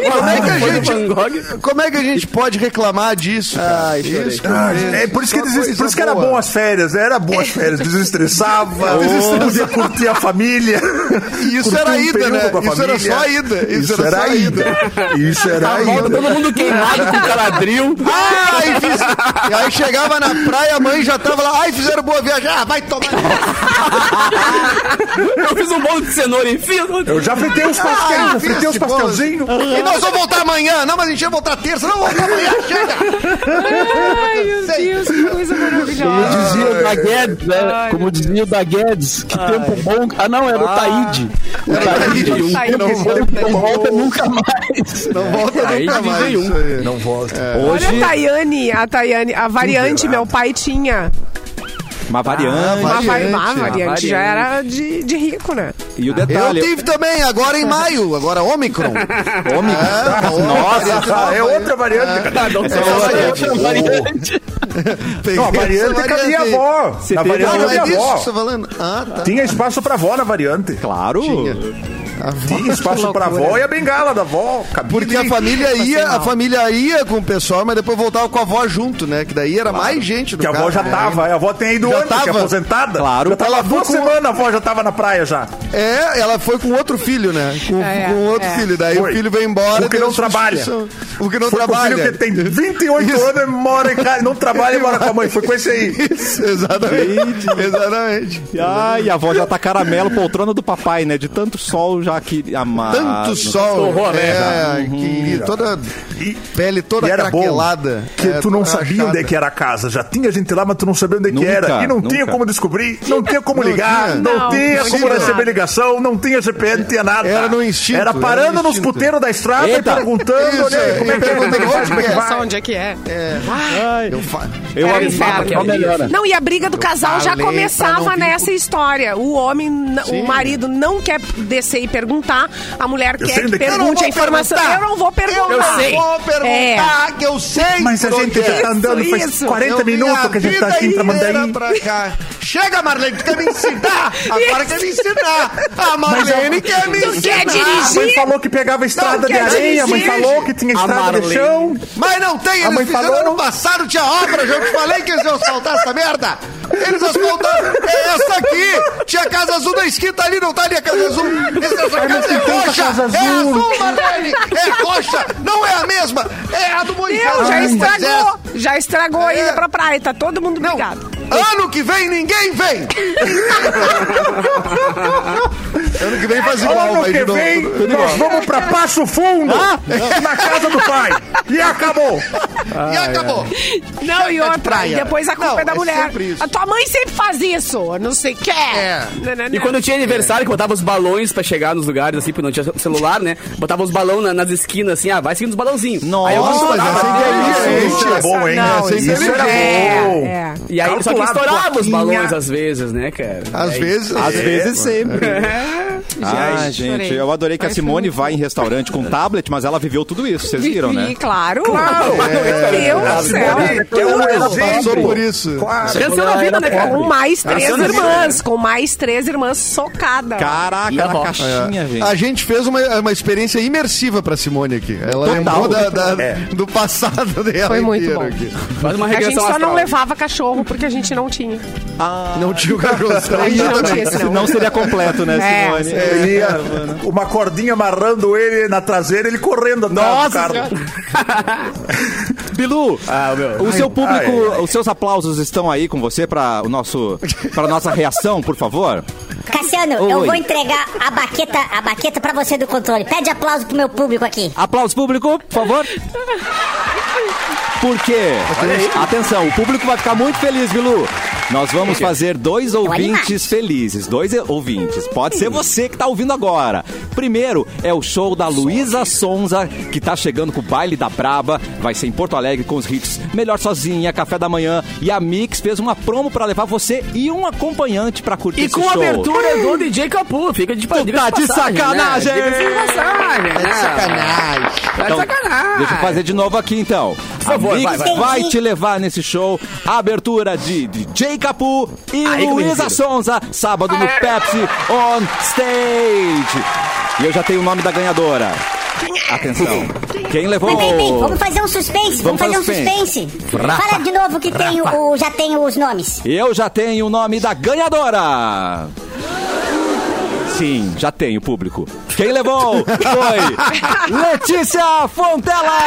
Como é que a gente pode reclamar disso, cara? Isso, por isso que era bom as férias, né? Era bom as férias, desestressava, podia curtir a família. Isso era ida, né? Isso era só a ida. Isso era a ida. Isso era a ida. Todo mundo queimado com caladril. E aí chegava na praia, a mãe já tava lá, fizeram boa viagem. Vai tomar. Eu fiz um bolo de cenoura e fiz. Eu já fritei os pastelzinhos. E nós vamos voltar amanhã. Não, mas a gente vai voltar terça. Não, voltar amanhã, chega. Ai, meu Deus, que coisa maravilhosa. Como dizia o da Guedes, que tempo bom. Não, era o Taíde. Não volta nunca mais. Não volta nunca mais. Não volta. Olha a Tayane, a variante, meu pai tinha. Uma variante. Uma variante já era de rico, né? E o detalhe... Eu tive também, agora em maio. Agora Ômicron. Nossa, é outra variante. Outra variante. Não, a variante cadê a avó? Na variante Não é cadê a disso avó? que você tá falando? Tá. Tinha espaço pra avó na variante. Claro. Tinha espaço pra avó e a bengala da avó. Porque a família ia com o pessoal, mas depois voltava com a avó junto, né? Que daí era mais gente do Que a avó já tava, a avó tem ido antes, que é aposentada. Claro. Já tava 2 semanas, a avó já tava na praia já. Ela foi com outro filho, né? Com outro filho. Daí Foi. o filho veio embora. O que não trabalha. O que não Foi trabalha. com o filho que tem 28 anos e mora em casa, não trabalha e mora com a mãe. Foi com esse aí. Exatamente. Ai, a avó já tá caramelo, poltrona do papai, né? De tanto sol já que... Tanto sol. Horror, né? Toda pele toda craquelada. Que tu não sabia onde é que era a casa. Já tinha gente lá, mas tu não sabia onde é que era. E não tinha como descobrir, não tinha como ligar, não tinha como receber ligação, não tinha GPN, não tinha nada. Era no instinto. Era parando nos puteiros da estrada e perguntando, olha aí, como é que é, como é que faz, como é que vai. Onde é que é? Eu inferno. Não, e a briga do casal já começava nessa história. O homem, o marido não quer descer e perguntar, a mulher quer que pergunte a informação. Eu não vou perguntar. Eu sei. Vou perguntar, que eu sei. Mas a gente já tá andando faz 40 minutos que a gente tá aqui em Tramandaí. Chega, Marlene, tu quer me ensinar? Agora quer me ensinar. A Marlene quer me ensinar. Tu quer A mãe dirigir? falou que pegava estrada de areia, a mãe falou que tinha estrada de chão. Mas não tem, A mãe eles fizeram falou. ano passado, tinha obra, já te falei que eles iam asfaltar essa merda. Eles asfaltaram, é essa aqui. Tinha a Casa Azul da esquina ali, não tá ali a Casa Azul. Essa casa é roxa, é azul, Marlene, é roxa, não é a mesma, é a do Moicano. Já estragou a ida pra praia, tá todo mundo brigado. Ano que vem ninguém vem. Ano que vem faz igual, Ano vai que de novo. vem, nós vamos pra Passo Fundo, na casa do pai. E acabou. E acabou. Não, e outra, praia. e depois a culpa Não, é da é mulher. sempre isso. A tua mãe sempre faz isso, não sei o que. E quando tinha aniversário, que botava os balões pra chegar nos lugares, assim, porque não tinha celular, né? Botava os balões nas esquinas, assim, vai seguindo os balãozinhos. Nossa, aí eu mas estourava. Isso era bom, hein? Não, Isso era bom. E aí, só que Calculado, estourava os plaquinha. balões às vezes, né, cara? Às vezes. Às vezes sempre. Ai, gente, chorei. eu adorei que a Simone vai em restaurante com tablet, mas ela viveu tudo isso, vocês viram, né? Claro. Meu Deus do céu. Passou por isso. Venceu na vida, né, cara? Com mais 3 irmãs. Com mais 3 irmãs socadas. Caraca, E a na avó? caixinha, gente. A gente fez uma experiência imersiva pra Simone aqui. Ela lembrou do passado dela. Foi muito inteiro bom. aqui. Faz uma A gente regressão só astral. não levava cachorro porque a gente não tinha. Não tinha o cachorro. A gente não tinha, senão. Não seria completo, né, Simone? Ele ia, uma cordinha amarrando ele na traseira, ele correndo atrás do carro. Bilu, o seu público, os seus aplausos estão aí com você para nossa reação, por favor? Cassiano, eu vou entregar a baqueta pra você do controle. Pede aplauso pro meu público aqui. Aplauso público, por favor. Por quê? Atenção, o público vai ficar muito feliz, Bilu. Nós vamos fazer 2 ouvintes felizes. 2 ouvintes. Pode ser você que tá ouvindo agora. Primeiro é o show da Luísa Sonza, que tá chegando com o Baile da Braba. Vai ser em Porto Alegre com os hits Melhor Sozinha, Café da Manhã. E a Mix fez uma promo pra levar você e um acompanhante pra curtir esse show. E com a abertura do DJ Capu. Fica de Tu tá de sacanagem! Tá de sacanagem. Deixa eu fazer de novo aqui, então. Por favor, a Mix vai te levar nesse show. A abertura de DJ Capu e Luísa Sonza, sábado no Pepsi On Stage. E eu já tenho o nome da ganhadora. Atenção. Quem levou? Bem, vamos fazer um suspense. Vamos fazer um suspense. Fala de novo que já tenho os nomes. Eu já tenho o nome da ganhadora. Sim, já tenho, público. Quem levou foi Letícia Fontela!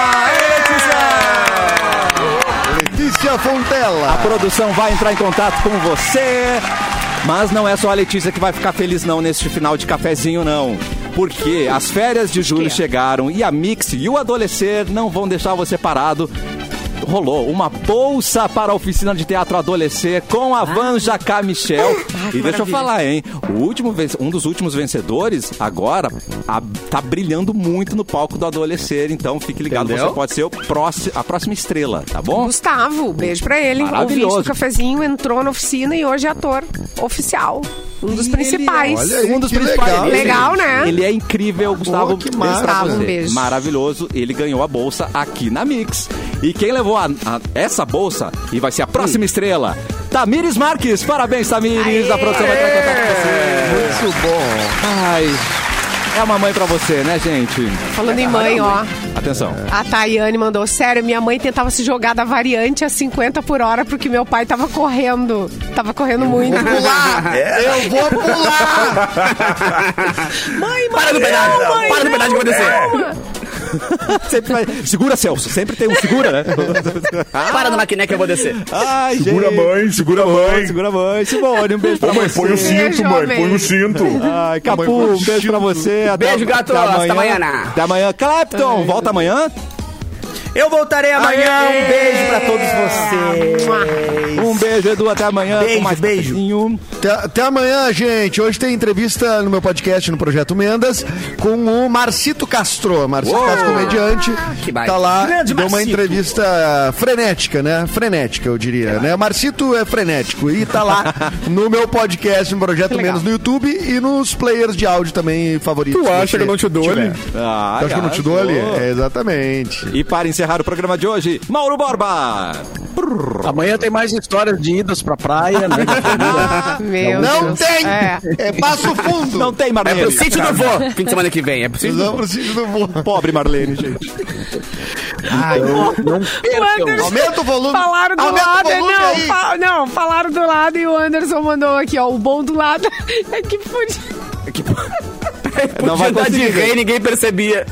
Letícia Fontela. A produção vai entrar em contato com você. Mas não é só a Letícia que vai ficar feliz não neste final de cafezinho, não. Porque as férias de julho chegaram e a Mix e o Adolescer não vão deixar você parado. Rolou uma bolsa para a oficina de teatro Adolescer com a Van Jacá Michel. E deixa eu falar, hein? Um dos últimos vencedores agora tá brilhando muito no palco do Adolescer. Então fique ligado, Entendeu? Você pode ser a próxima estrela, tá bom? Gustavo, beijo pra ele. Maravilhoso. Ouvinte do cafezinho, entrou na oficina e hoje é ator oficial. Um dos principais. Olha aí, Um dos que principais. Legal, né? Ele é incrível, Gustavo. que massa. Gustavo, um beijo. Maravilhoso. Ele ganhou a bolsa aqui na Mix. E quem levou essa bolsa e vai ser a próxima estrela, Tamires Marques. Parabéns, Tamires. A produção vai entrar em contato com você. Muito bom. Ai, é uma mãe pra você, né, gente? Falando em mãe, ó. Atenção. A Tayane mandou, sério, minha mãe tentava se jogar da variante a 50 por hora porque meu pai tava correndo. Tava correndo muito. Eu vou pular! Mãe, Para do pedágio, para do pedágio que vai descer. Sempre vai... Segura, Celso. Sempre tem um segura, né? Para do maquiné que eu vou descer. Ai, Segura a gente. mãe, segura a mãe. Segura a mãe. Simone, um beijo pra Ô, mãe, você. põe o cinto, mãe, põe o cinto. Ai, Capu, um beijo pra você. Beijo, gato. Até amanhã. Até amanhã. Clapton, volta amanhã? Eu voltarei amanhã. Um beijo pra todos vocês. Um beijo, Edu. Até amanhã. Beijo, com mais beijo. cafezinho. Até amanhã, gente. Hoje tem entrevista no meu podcast, no Projeto Mendas, com o Marcito Castro. Marcito Castro, comediante. Que baita. Tá lá, Grande deu uma Marcito. entrevista frenética, né? Frenética, eu diria, né? Marcito é frenético e tá lá no meu podcast, no Projeto Mendas, no YouTube e nos players de áudio também favoritos. Tu acha que eu não te dou ali? Ai, Tu acha que eu não te dou ali? É, exatamente. E para encerrar o programa de hoje, Mauro Borba. Amanhã tem mais histórias de idas pra praia, né? Meu Não Deus. tem! É. É Passo Fundo! Não tem, É Marlene. pro sítio do vô. Fim de semana que vem. É pro sítio do vô. Vamos pro sítio do vô. Pobre Marlene, gente. Não percam. Aumenta o volume. Falaram do Aumenta lado, o volume aí. não, falaram do lado e o Anderson mandou aqui, ó, o bom do lado é que podia. Não vai Podia dar de conseguir. rei, ninguém percebia.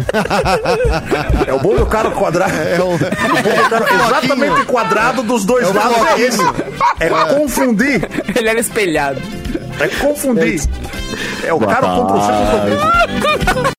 É o bom do cara quadrado. É o... O bom do cara exatamente quadrado dos dois lados. É isso. É confundir. Ele era espelhado. É confundir. É o cara Ctrl-C, Ctrl-V.